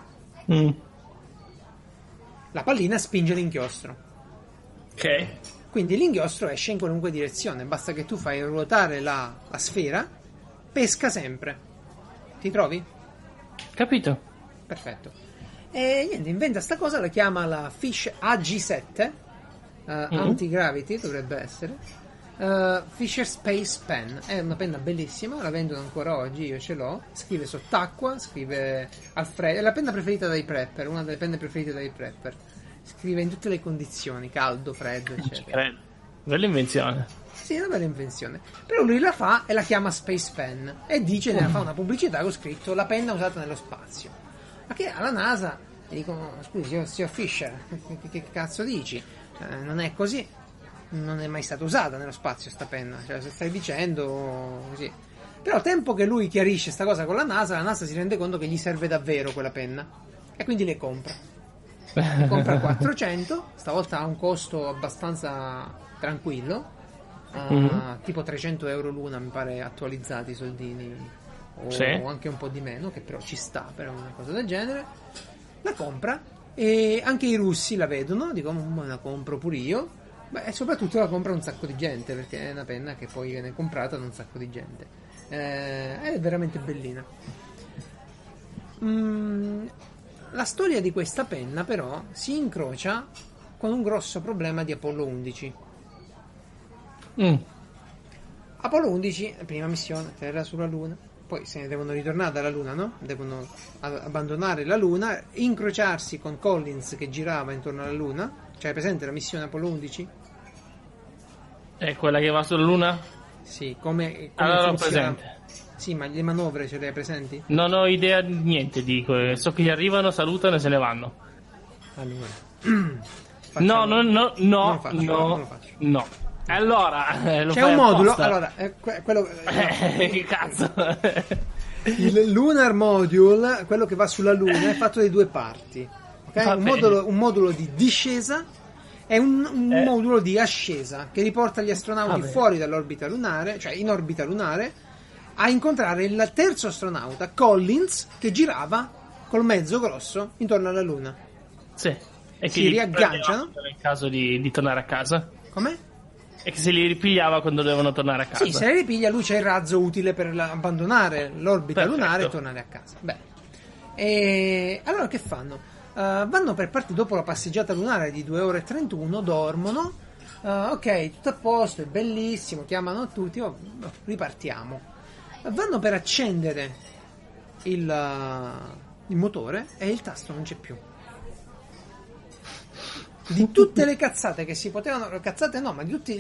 La pallina spinge l'inchiostro.
Ok.
Quindi l'inchiostro esce in qualunque direzione, basta che tu fai ruotare la sfera, pesca sempre. Ti trovi?
Capito.
Perfetto. E niente, inventa sta cosa, la chiama la Fish AG7, Anti-Gravity dovrebbe essere, Fisher Space Pen. È una penna bellissima, la vendono ancora oggi, io ce l'ho. Scrive sott'acqua, scrive al freddo, è la penna preferita dai prepper, una delle penne preferite dai prepper. Scrive in tutte le condizioni, caldo, freddo, eccetera.
Bella invenzione.
Sì, è una bella invenzione. Però lui la fa e la chiama Space Pen e dice, ne fa una pubblicità con scritto la penna usata nello spazio. Ma che alla NASA gli dicono, scusi, signor Fisher, che cazzo dici? Non è così. Non è mai stata usata nello spazio sta penna. Cioè, se stai dicendo così. Però tempo che lui chiarisce sta cosa con la NASA si rende conto che gli serve davvero quella penna. E quindi le compra. Compra 400, stavolta ha un costo abbastanza tranquillo, tipo 300 euro l'una mi pare attualizzati i soldini, o anche un po' di meno, che però ci sta per una cosa del genere. La compra e anche i russi la vedono, dicono ma la compro pure io. Beh, e soprattutto la compra un sacco di gente, perché è una penna che poi viene comprata da un sacco di gente. È veramente bellina. La storia di questa penna però si incrocia con un grosso problema di Apollo 11. Apollo 11, prima missione, Terra sulla Luna, poi se ne devono ritornare dalla Luna, no? Devono abbandonare la Luna, incrociarsi con Collins che girava intorno alla Luna. Cioè, presente la missione Apollo 11?
È quella che va sulla Luna?
Sì, come
allora funziona? Presente.
Sì, ma le manovre ce le hai presenti?
Non ho idea di niente, dico. So che gli arrivano, salutano e se ne vanno.
Allora.
No. Allora,
c'è un modulo. Allora, quello.
Che cazzo?
Il Lunar Module, quello che va sulla Luna, è fatto di 2 parti. Okay? Un modulo di discesa e un modulo di ascesa che riporta gli astronauti fuori dall'orbita lunare, cioè in orbita lunare, a incontrare il terzo astronauta, Collins, che girava col mezzo grosso intorno alla Luna.
Sì. E
si riagganciano
nel caso di tornare a casa.
Come?
E che se li ripigliava quando dovevano tornare a casa.
Sì, se li ripiglia lui c'è il razzo utile per abbandonare l'orbita lunare e tornare a casa. Beh. E allora che fanno? Vanno per parti dopo la passeggiata lunare di 2 ore e 31, dormono. Ok, tutto a posto, è bellissimo, chiamano tutti, ripartiamo. Vanno per accendere il motore e il tasto non c'è più. Di tutte le cazzate che si potevano, cazzate no, ma di tutti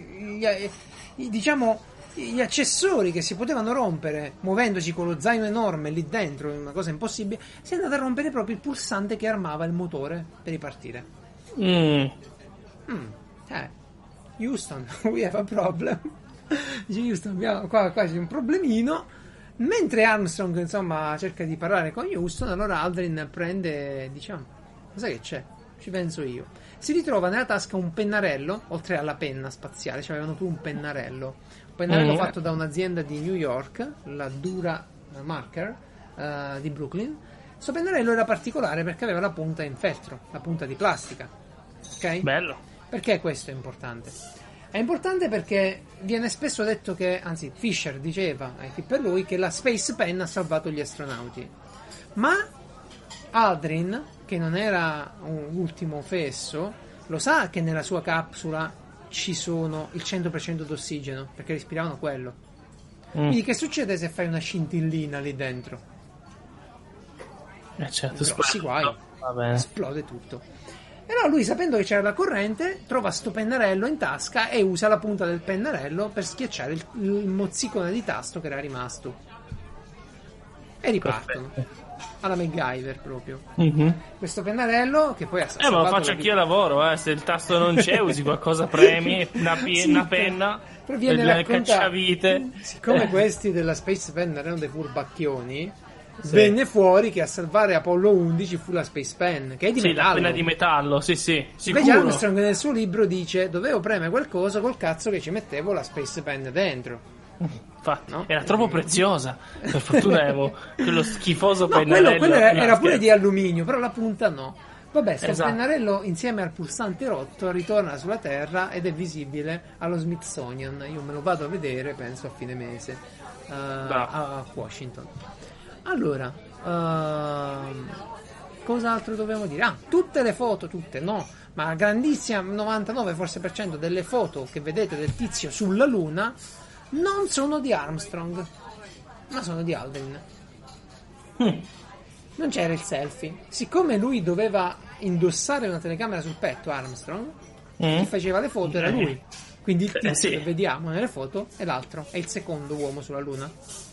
gli accessori che si potevano rompere muovendoci con lo zaino enorme lì dentro, una cosa impossibile, si è andato a rompere proprio il pulsante che armava il motore per ripartire. Houston, we have a problem. Houston, abbiamo qua quasi un problemino. Mentre Armstrong insomma cerca di parlare con Houston, allora Aldrin prende, cosa che c'è? Ci penso io. Si ritrova nella tasca un pennarello, oltre alla penna spaziale, cioè avevano più un pennarello fatto da un'azienda di New York, la Dura Marker di Brooklyn. Questo pennarello era particolare perché aveva la punta in feltro, la punta di plastica. Ok?
Bello.
Perché questo è importante? È importante perché viene spesso detto che, anzi Fisher diceva per lui che la Space Pen ha salvato gli astronauti. Ma Aldrin, che non era un ultimo fesso, lo sa che nella sua capsula ci sono il 100% d'ossigeno, perché respiravano quello. Quindi che succede se fai una scintillina lì dentro?
Certo,
grossi guai, esplode tutto. E allora lui, sapendo che c'era la corrente, trova sto pennarello in tasca e usa la punta del pennarello per schiacciare il mozzicone di tasto che era rimasto. E ripartono. Perfetto. Alla MacGyver proprio. Questo pennarello che poi ha
ma lo faccio anch'io a lavoro, se il tasto non c'è usi qualcosa, premi una penna,
però viene
il cacciavite.
Siccome questi della Space Pen erano dei furbacchioni, venne fuori che a salvare Apollo 11 fu la Space Pen, che è di metallo.
La penna di metallo, sì, sicuro.
Invece Armstrong nel suo libro dice: dovevo premere qualcosa col cazzo che ci mettevo la Space Pen dentro.
Infatti, no? Era troppo preziosa. Per fortuna avevo quello schifoso pennarello.
Quello era pure di alluminio, però la punta no. Vabbè, sto pennarello insieme al pulsante rotto ritorna sulla Terra ed è visibile allo Smithsonian. Io me lo vado a vedere, penso a fine mese, a Washington. Allora, cos'altro dobbiamo dire? Tutte le foto, ma grandissima 99% forse delle foto che vedete del tizio sulla Luna non sono di Armstrong, ma sono di Aldrin. Non c'era il selfie. Siccome lui doveva indossare una telecamera sul petto, Armstrong, chi faceva le foto era lui. Quindi il tizio che vediamo nelle foto è l'altro, è il secondo uomo sulla Luna.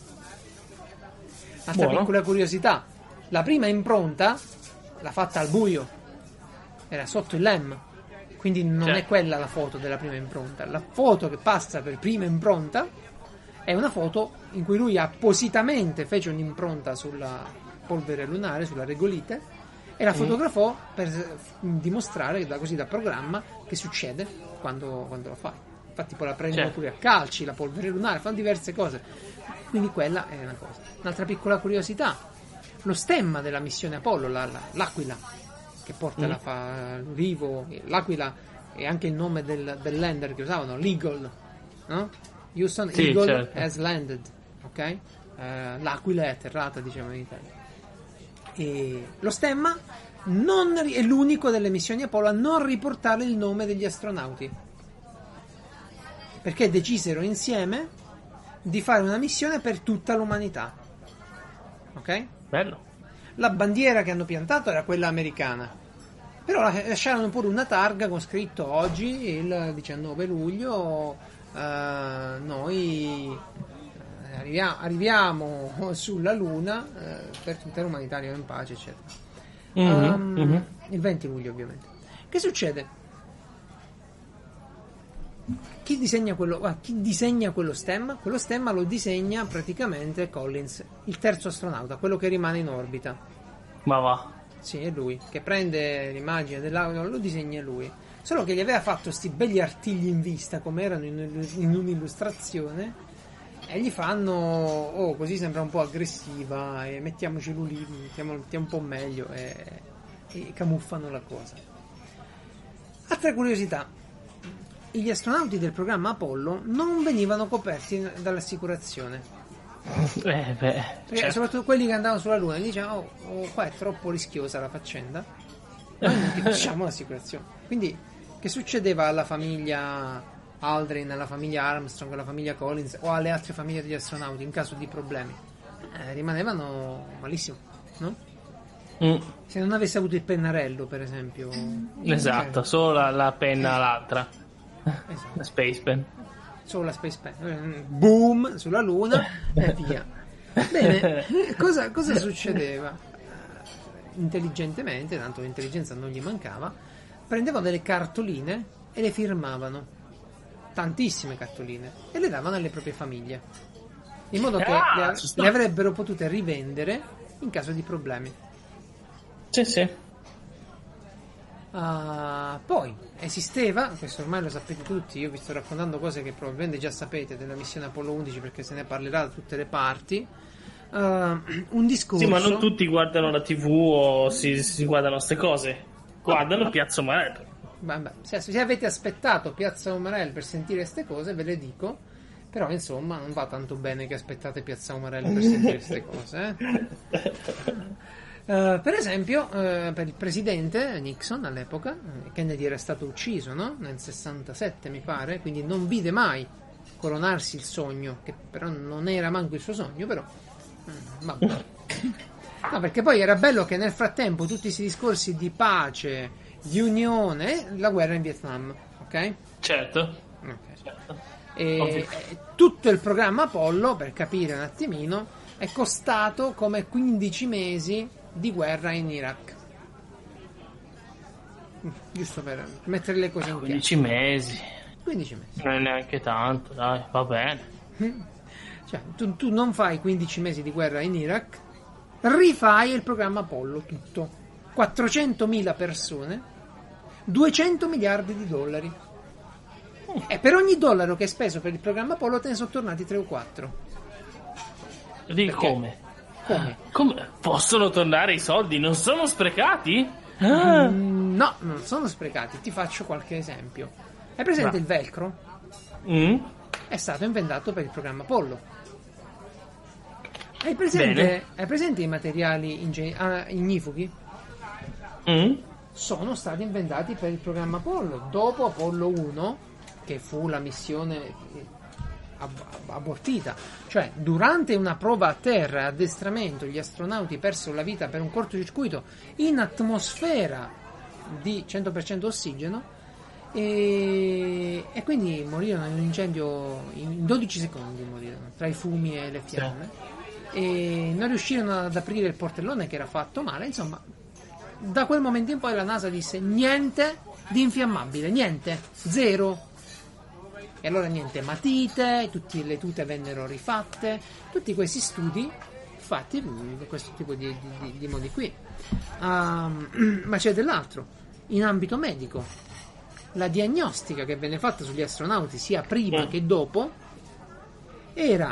Altra piccola curiosità: la prima impronta l'ha fatta al buio, era sotto il LEM. Quindi non è quella la foto della prima impronta. La foto che passa per prima impronta è una foto in cui lui appositamente fece un'impronta sulla polvere lunare, sulla regolite, e la fotografò per dimostrare da programma che succede quando lo fai. Infatti poi la prendono pure a calci, la polvere lunare, fanno diverse cose. Quindi quella è una cosa. Un'altra piccola curiosità: lo stemma della missione Apollo, l'aquila, che porta l'ulivo, l'aquila, e anche il nome del lander che usavano, l'Eagle, no? Houston Eagle certo. Has landed, ok? L'aquila è atterrata, diciamo in Italia. E lo stemma è l'unico delle missioni Apollo a non riportare il nome degli astronauti, perché decisero insieme di fare una missione per tutta l'umanità, ok?
Bello.
La bandiera che hanno piantato era quella americana, però lasciarono pure una targa con scritto: oggi, il 19 luglio, noi arriviamo sulla Luna per tutta l'umanità, in pace, eccetera. Il 20 luglio, ovviamente. Che succede? Chi disegna quello stemma? Quello stemma lo disegna praticamente Collins, il terzo astronauta, quello che rimane in orbita.
Ma va.
Sì, è lui che prende l'immagine dell'auto, lo disegna lui. Solo che gli aveva fatto sti belli artigli in vista, come erano in un'illustrazione, e gli fanno: così sembra un po' aggressiva, e mettiamoci lui lì, mettiamo un po' meglio, e camuffano la cosa. Altra curiosità: gli astronauti del programma Apollo non venivano coperti dall'assicurazione.
Certo.
Soprattutto quelli che andavano sulla Luna dicevano: qua è troppo rischiosa la faccenda, noi non ti facciamo l'assicurazione. Quindi che succedeva alla famiglia Aldrin, alla famiglia Armstrong, alla famiglia Collins o alle altre famiglie degli astronauti in caso di problemi? Rimanevano malissimo, no? Se non avesse avuto il pennarello, per esempio.
Esatto, solo la penna, l'altra.
Esatto.
La Space Pen.
Solo la Space Pen. Boom, sulla Luna e via. Bene, cosa succedeva? Intelligentemente, tanto l'intelligenza non gli mancava, prendevano delle cartoline e le firmavano, tantissime cartoline, e le davano alle proprie famiglie, in modo che le avrebbero potute rivendere in caso di problemi.
Sì.
Poi esisteva, questo ormai lo sapete tutti, io vi sto raccontando cose che probabilmente già sapete della missione Apollo 11 perché se ne parlerà da tutte le parti. Un discorso.
Sì, ma non tutti guardano la TV o si guardano queste cose. Guardano Piazza Umarell.
Se avete aspettato Piazza Umarell per sentire queste cose, ve le dico. Però insomma non va tanto bene che aspettate Piazza Umarell per sentire queste cose, per esempio, per il presidente Nixon all'epoca, Kennedy era stato ucciso, no? Nel 67 mi pare, quindi non vide mai coronarsi il sogno, che però non era manco il suo sogno, però vabbè. No, perché poi era bello che nel frattempo tutti questi discorsi di pace, di unione, la guerra in Vietnam, ok?
Certo.
Okay. Certo. E tutto il programma Apollo, per capire un attimino, è costato come 15 mesi di guerra in Iraq, giusto per mettere le cose in chiaro.
15 mesi.
Non
è neanche tanto, dai, va bene.
Cioè, tu non fai 15 mesi di guerra in Iraq, rifai il programma Apollo tutto, 400.000 persone, 200 miliardi di dollari, e per ogni dollaro che hai speso per il programma Apollo te ne sono tornati 3 o 4.
Come? Come possono tornare i soldi? Non sono sprecati?
No, non sono sprecati. Ti faccio qualche esempio. Hai presente il velcro? È stato inventato per il programma Apollo. Hai presente i materiali ignifughi? Sono stati inventati per il programma Apollo. Dopo Apollo 1, che fu la missione abortita, cioè durante una prova a terra, addestramento, gli astronauti persero la vita per un cortocircuito in atmosfera di 100% ossigeno e quindi morirono in un incendio in 12 secondi, morirono tra i fumi e le fiamme, e non riuscirono ad aprire il portellone che era fatto male. Insomma, da quel momento in poi la NASA disse: niente di infiammabile, niente, zero. E allora niente matite, tutte le tute vennero rifatte, tutti questi studi fatti in questo tipo di modi qui. Ma c'è dell'altro, in ambito medico. La diagnostica che venne fatta sugli astronauti sia prima che dopo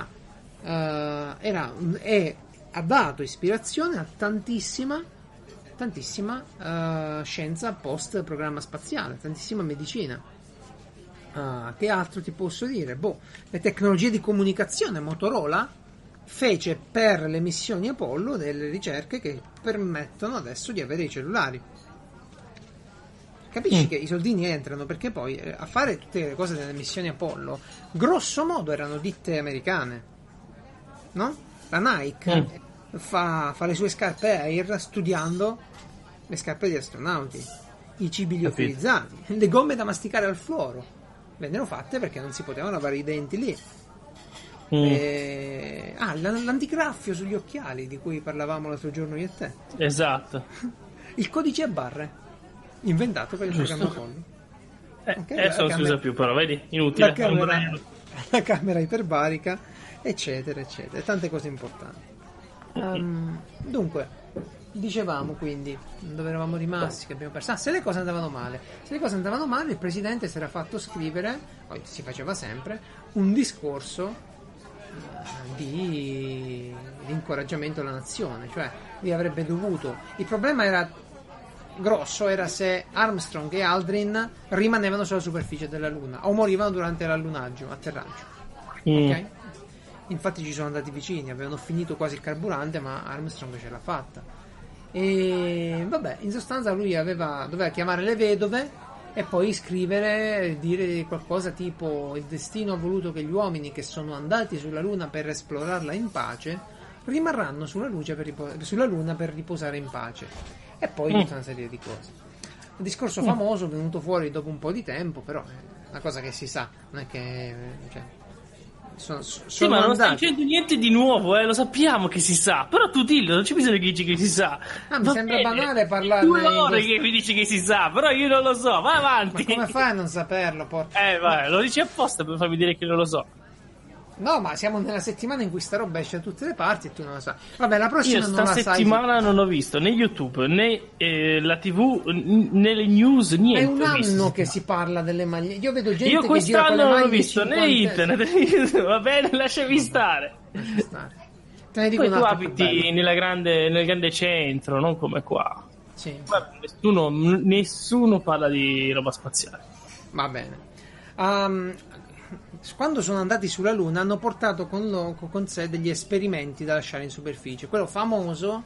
ha dato ispirazione a tantissima tantissima scienza post programma spaziale, tantissima medicina. Che altro ti posso dire? Le tecnologie di comunicazione. Motorola fece per le missioni Apollo delle ricerche che permettono adesso di avere i cellulari. Capisci che i soldini entrano perché poi a fare tutte le cose delle missioni Apollo grosso modo erano ditte americane, no? La Nike fa le sue scarpe Air studiando le scarpe degli astronauti, i cibi liofilizzati, le gomme da masticare al fluoro vennero fatte perché non si potevano lavare i denti lì. L'antigraffio sugli occhiali di cui parlavamo l'altro giorno io e te.
Esatto.
Il codice a barre inventato per il programma Apollo.
Adesso non si usa più, però vedi, inutile.
La camera iperbarica, eccetera eccetera, tante cose importanti. Dunque, dicevamo quindi dove eravamo rimasti, che abbiamo perso. Se le cose andavano male, il presidente si era fatto scrivere, poi si faceva sempre, un discorso di incoraggiamento alla nazione, cioè lui avrebbe dovuto, il problema era grosso, era se Armstrong e Aldrin rimanevano sulla superficie della Luna o morivano durante l'atterraggio. Ok? Infatti ci sono andati vicini, avevano finito quasi il carburante, ma Armstrong ce l'ha fatta. E vabbè, in sostanza lui doveva chiamare le vedove e poi scrivere, dire qualcosa tipo: il destino ha voluto che gli uomini che sono andati sulla Luna per esplorarla in pace rimarranno sulla Luna per riposare in pace. E poi tutta una serie di cose. Un discorso famoso venuto fuori dopo un po' di tempo, però è una cosa che si sa, non è che
sì, ma non stai dicendo niente di nuovo, lo sappiamo che si sa, però tu dillo, non c'è bisogno che dici che si sa.
Mi sembra banale parlare
2 ore che mi dici che si sa, però io non lo so, vai avanti.
Ma come fai a non saperlo, porca?
Vai, lo dici apposta per farmi dire che non lo so.
No, ma siamo nella settimana in cui sta roba esce da tutte le parti e tu non la sai. Vabbè, la prossima
non la sai. Io sta settimana non ho visto né YouTube né la TV né le news, niente.
È un anno che si parla delle maglie. Io vedo gente
io
che gira con le maglie.
Io quest'anno non ho visto né internet, va bene, lasciami stare.
Te ne dico
poi tu abiti nel grande centro, non come qua.
Sì.
Guarda, nessuno parla di roba spaziale.
Va bene. Quando sono andati sulla Luna hanno portato con sé degli esperimenti da lasciare in superficie. Uno famoso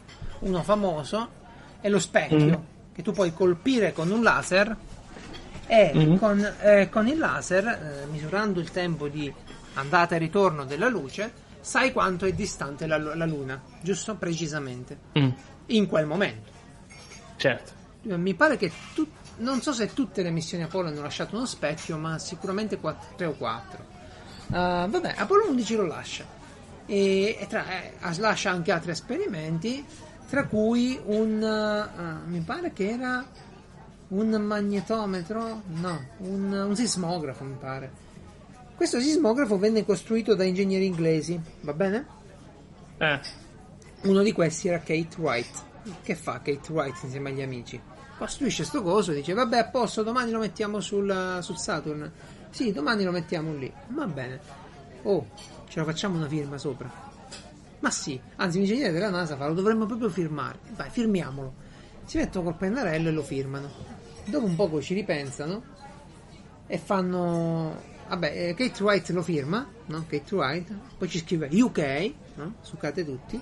è lo specchio che tu puoi colpire con un laser e con il laser, misurando il tempo di andata e ritorno della luce, sai quanto è distante la Luna, giusto? Precisamente in quel momento.
Certo.
Mi pare che non so se tutte le missioni Apollo hanno lasciato uno specchio, ma sicuramente 3 o 4. Vabbè, Apollo 11 lo lascia e lascia anche altri esperimenti, tra cui mi pare che era un magnetometro, no, un sismografo, mi pare. Questo sismografo venne costruito da ingegneri inglesi, va bene? Uno di questi era Kate Wright. Che fa Kate Wright insieme agli amici? Costruisce sto coso e dice: vabbè, a posto, domani lo mettiamo sul Saturn. Sì, domani lo mettiamo lì. Va bene. Ce lo facciamo una firma sopra. Ma sì, anzi, l'ingegnere della NASA lo dovremmo proprio firmare. Vai, firmiamolo. Si mettono col pennarello e lo firmano. Dopo un poco ci ripensano e fanno: vabbè, Kate Wright lo firma, no? Kate Wright. Poi ci scrive UK, no? Succate tutti.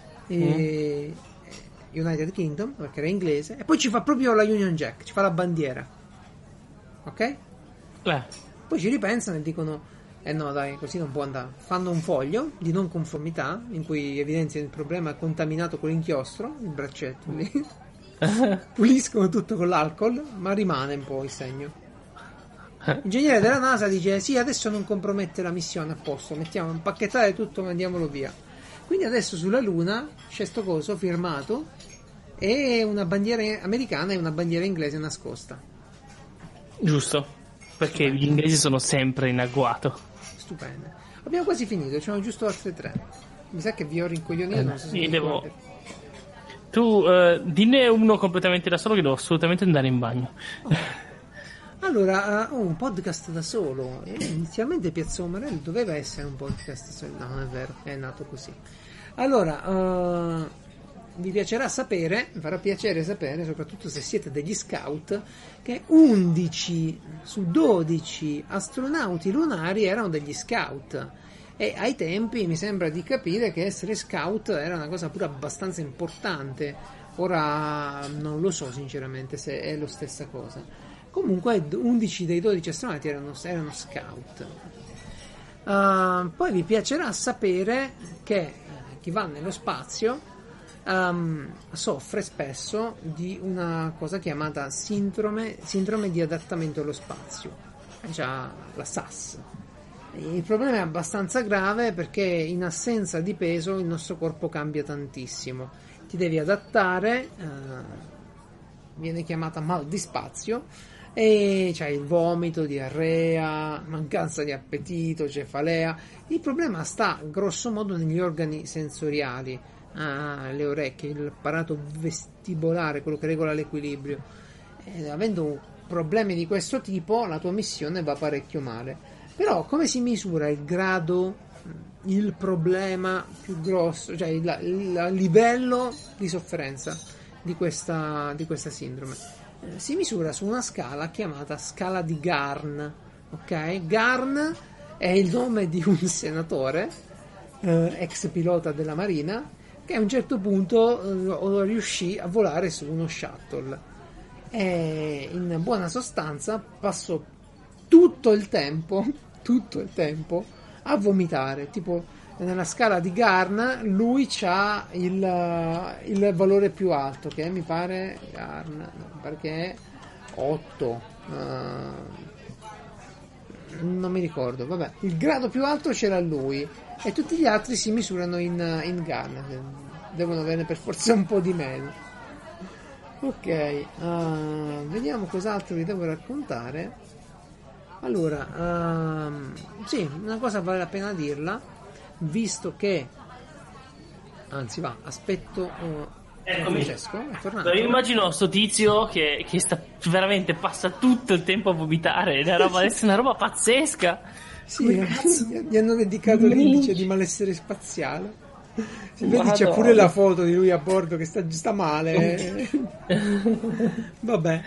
United Kingdom, perché era inglese, e poi ci fa proprio la Union Jack, ci fa la bandiera, ok? Poi ci ripensano e dicono: no dai, così non può andare. Fanno un foglio di non conformità in cui evidenziano il problema contaminato con l'inchiostro, il braccetto lì, puliscono tutto con l'alcol, ma rimane un po' il segno. L'ingegnere della NASA dice: sì, adesso non compromette la missione, a posto, mettiamo un pacchettare tutto, mandiamolo via. Quindi adesso sulla Luna c'è sto coso firmato e una bandiera americana e una bandiera inglese nascosta.
Giusto, perché gli inglesi sono sempre in agguato.
Stupendo. Abbiamo quasi finito, ci sono giusto altre 3. Mi sa che vi ho rincoglionito, non so se
tu dinne uno completamente da solo che devo assolutamente andare in bagno.
Allora, un podcast da solo. Inizialmente Piazza Umarello doveva essere un podcast da solo. No, non è vero, è nato così. Allora, vi piacerà sapere, mi farà piacere sapere, soprattutto se siete degli scout, che 11 su 12 astronauti lunari erano degli scout. E ai tempi mi sembra di capire che essere scout era una cosa pure abbastanza importante. Ora non lo so sinceramente se è la stessa cosa. Comunque 11 dei 12 astronauti erano scout. Poi vi piacerà sapere che chi va nello spazio soffre spesso di una cosa chiamata sindrome di adattamento allo spazio, cioè la SAS. Il problema è abbastanza grave perché in assenza di peso il nostro corpo cambia tantissimo, ti devi adattare, viene chiamata mal di spazio e c'hai il vomito, diarrea, mancanza di appetito, cefalea. Il problema sta grosso modo negli organi sensoriali, le orecchie, l'apparato vestibolare, quello che regola l'equilibrio. Avendo problemi di questo tipo la tua missione va parecchio male. Però come si misura il grado, il problema più grosso, cioè il livello di sofferenza di questa sindrome? Si misura su una scala chiamata scala di Garn. Ok? Garn è il nome di un senatore, ex pilota della Marina, che a un certo punto riuscì a volare su uno shuttle e in buona sostanza passò tutto il tempo a vomitare. Tipo nella scala di Garn lui c'ha il valore più alto, che mi pare perché è 8, non mi ricordo, vabbè, il grado più alto c'era lui e tutti gli altri si misurano in Garn, devono avere per forza un po' di meno. Ok, vediamo cos'altro vi devo raccontare. Allora, sì, una cosa vale la pena dirla, visto che, anzi va, aspetto Francesco, è tornato.
Io immagino sto tizio che sta veramente, passa tutto il tempo a vomitare, è una roba pazzesca.
Sì, gli hanno dedicato l'indice di malessere spaziale. Se vedi c'è pure la foto di lui a bordo che sta male. Vabbè.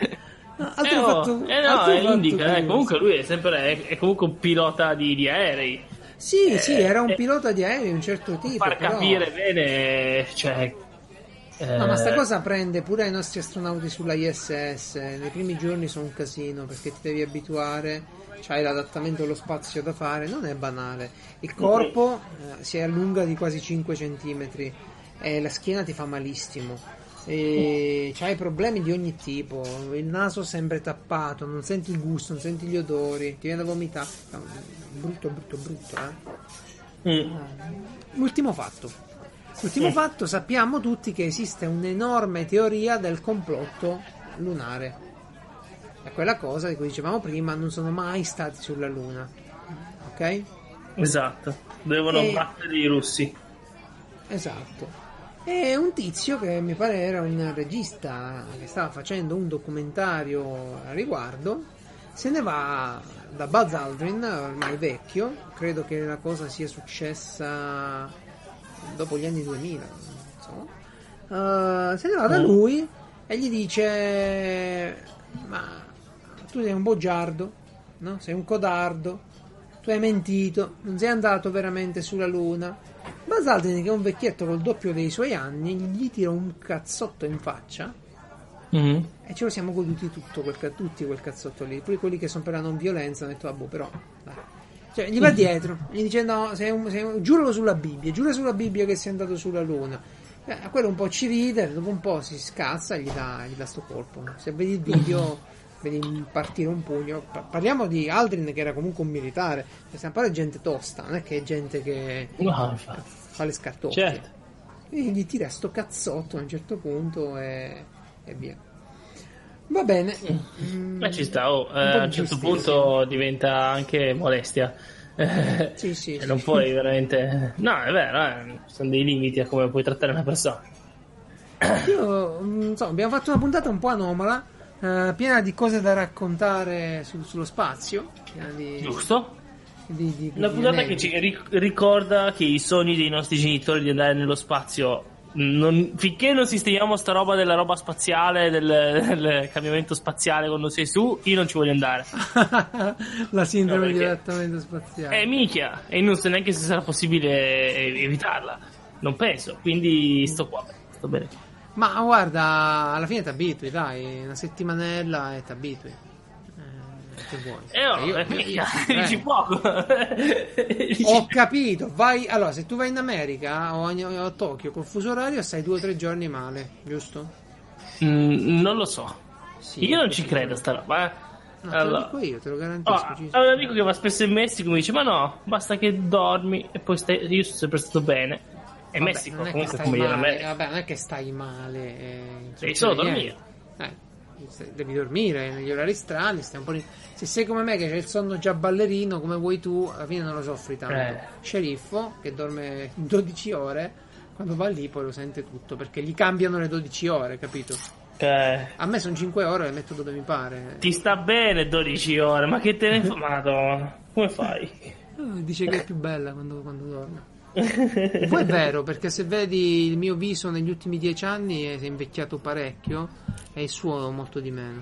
Comunque lui è comunque un pilota di aerei.
Sì, era un pilota di aerei di un certo tipo.
Per capire bene, cioè.
No, ma sta cosa prende pure ai nostri astronauti sulla ISS. Nei primi giorni sono un casino perché ti devi abituare, c'hai l'adattamento allo spazio da fare, non è banale. Il corpo si allunga di quasi 5 centimetri e la schiena ti fa malissimo. E c'hai problemi di ogni tipo, il naso sempre tappato, non senti il gusto, non senti gli odori, ti viene da vomitare, brutto L'ultimo fatto, sappiamo tutti che esiste un'enorme teoria del complotto lunare, è quella cosa di cui dicevamo prima, non sono mai stati sulla Luna, ok?
Esatto, devono battere i russi,
esatto. E un tizio che mi pare era un regista che stava facendo un documentario a riguardo se ne va da Buzz Aldrin, ormai vecchio, credo che la cosa sia successa dopo gli anni 2000, se ne va da lui e gli dice: ma tu sei un bugiardo, no? Sei un codardo, tu hai mentito, non sei andato veramente sulla Luna. Buzz Aldrin, che è un vecchietto col doppio dei suoi anni, gli tira un cazzotto in faccia e ce lo siamo goduti tutti quel cazzotto lì. Pure quelli che sono per la non violenza hanno detto: però dai. Cioè, gli va dietro, gli dice: no, giuralo sulla Bibbia, giura sulla Bibbia che sei andato sulla Luna. Quello un po' ci ride, dopo un po' si scazza e gli dà sto colpo. Se vedi il video vedi partire un pugno. Parliamo di Aldrin, che era comunque un militare, stiamo parlando di gente tosta, non è che è gente che fa le scartoffie, certo. E gli tira sto cazzotto a un certo punto e via. Va bene,
ma ci sta, a un certo punto diventa anche molestia.
Sì.
Non puoi veramente, no, è vero, sono dei limiti a come puoi trattare una persona.
Abbiamo fatto una puntata un po' anomala, piena di cose da raccontare sullo spazio,
giusto? Una puntata che ci ricorda che i sogni dei nostri genitori di andare nello spazio finché non sistemiamo sta roba della roba spaziale, del cambiamento spaziale quando sei su, io non ci voglio andare.
La sindrome di adattamento spaziale.
Minchia, e non so neanche se sarà possibile evitarla. Non penso, quindi sto qua, sto bene.
Ma guarda, alla fine ti abitui, dai, una settimanella e ti abitui. Che vuoi?
Dici poco.
Ho capito, vai. Allora, se tu vai in America o a Tokyo col fuso orario, stai 2 o 3 giorni male, giusto?
Non lo so. Sì, io non ci credo sta roba.
No, te lo dico io, te lo garantisco.
Ho un amico che va spesso in Messico, mi dice: ma no, basta che dormi e poi stai. Io sono sempre stato bene. E
vabbè,
Messico comunque come
male, vabbè, non è che stai male.
Devi solo dormire.
Devi dormire negli orari strani, stai un po' se sei come me che c'è il sonno già ballerino come vuoi tu, alla fine non lo soffri tanto. Sceriffo che dorme 12 ore, quando va lì poi lo sente tutto perché gli cambiano le 12 ore, capito? A me sono 5 ore, le metto dove mi pare.
Ti sta bene 12 ore, ma che te ne fa? Madonna, come fai?
Dice che è più bella quando dorme. Poi è vero, perché se vedi il mio viso negli ultimi 10 anni si è invecchiato parecchio e il suo molto di meno.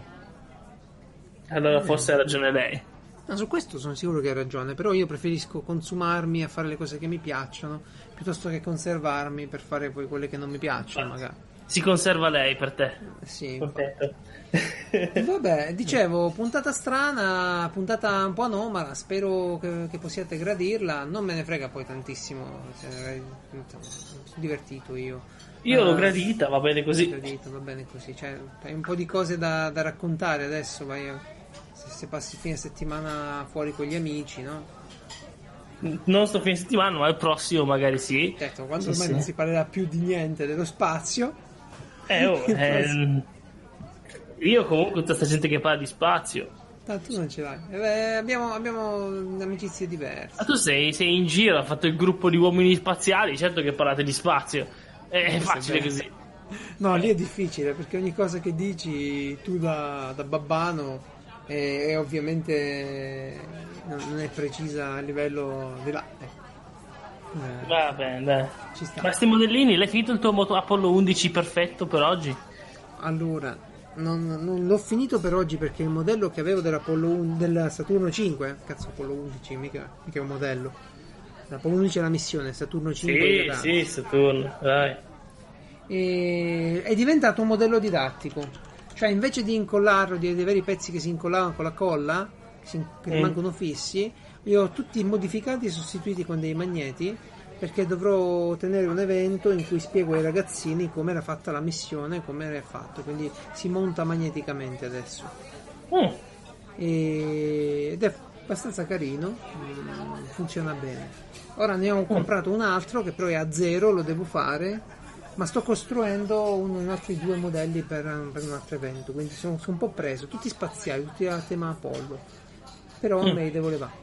Allora forse ha ragione lei.
No, su questo sono sicuro che ha ragione, però io preferisco consumarmi a fare le cose che mi piacciono piuttosto che conservarmi per fare poi quelle che non mi piacciono, magari.
Si conserva lei per te.
Sì. Vabbè, dicevo, puntata strana, puntata un po' anomala, spero che possiate gradirla, non me ne frega poi tantissimo, sono divertito io.
Io l'ho gradita, va bene così.
Va bene così, cioè, hai un po' di cose da raccontare adesso, vai se passi il fine settimana fuori con gli amici, no?
Non sto fine settimana, ma il prossimo magari sì.
Certo, quando ormai non si parlerà più di niente dello spazio.
Io comunque tutta questa gente che parla di spazio.
Tu non ce l'hai. Abbiamo amicizie diverse.
Ma tu sei in giro, hai fatto il gruppo di uomini spaziali, certo che parlate di spazio. È facile così.
No, lì è difficile perché ogni cosa che dici tu da babbano è ovviamente non è precisa a livello di là.
Va bene, dai. Ci sta. Ma sti modellini, l'hai finito il tuo Apollo 11 perfetto per oggi?
Allora, non l'ho finito per oggi perché il modello che avevo del Saturno 5, cazzo, Apollo 11 mica è un modello. L'Apollo 11 è la missione, Saturno 5
sì, Saturno, dai.
È diventato un modello didattico, cioè invece di incollarlo, di avere i pezzi che si incollavano con la colla, che rimangono fissi, li ho tutti modificati e sostituiti con dei magneti, perché dovrò tenere un evento in cui spiego ai ragazzini come era fatta la missione, come era fatto, quindi si monta magneticamente adesso. Ed è abbastanza carino, funziona bene. Ora ne ho comprato un altro che però è a zero, lo devo fare, ma sto costruendo altri 2 modelli per un altro evento, quindi sono un po' preso, tutti spaziali, tutti a tema Apollo, però a me devo levare.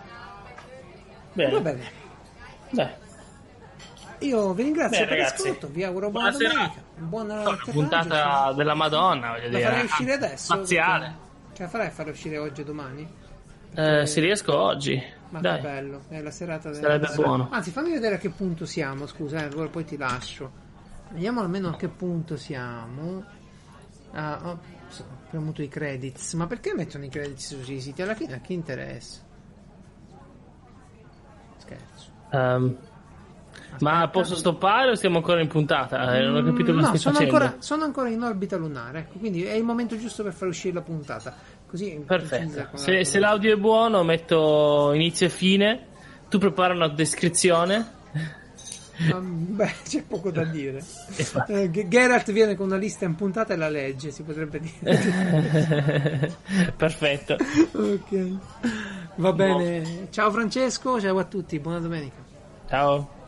Va bene.
Dai.
Io vi ringrazio per l'ascolto, vi auguro buona domenica, buona
puntata della Madonna, voglio dire.
La farei uscire adesso?
Spaziale.
Ce la farai a farla uscire oggi o domani?
Se riesco oggi.
Ma
dai.
Che bello, è la serata
sarebbe buono.
Anzi, fammi vedere a che punto siamo, scusa, poi ti lascio. Vediamo almeno a che punto siamo. Ho premuto i credits, ma perché mettono i credits sui siti? Alla fine a chi interessa? Scherzo.
Ma posso stoppare o siamo ancora in puntata? Non ho capito cosa stai facendo.
Sono ancora in orbita lunare, ecco, quindi è il momento giusto per far uscire la puntata. Così
perfetto. Se l'audio è buono, metto inizio e fine. Tu prepara una descrizione.
Beh, c'è poco da dire. Geralt viene con una lista in puntata e la legge, si potrebbe dire.
Perfetto.
Ok. Va bene. Ciao Francesco, ciao a tutti, buona domenica.
Ciao.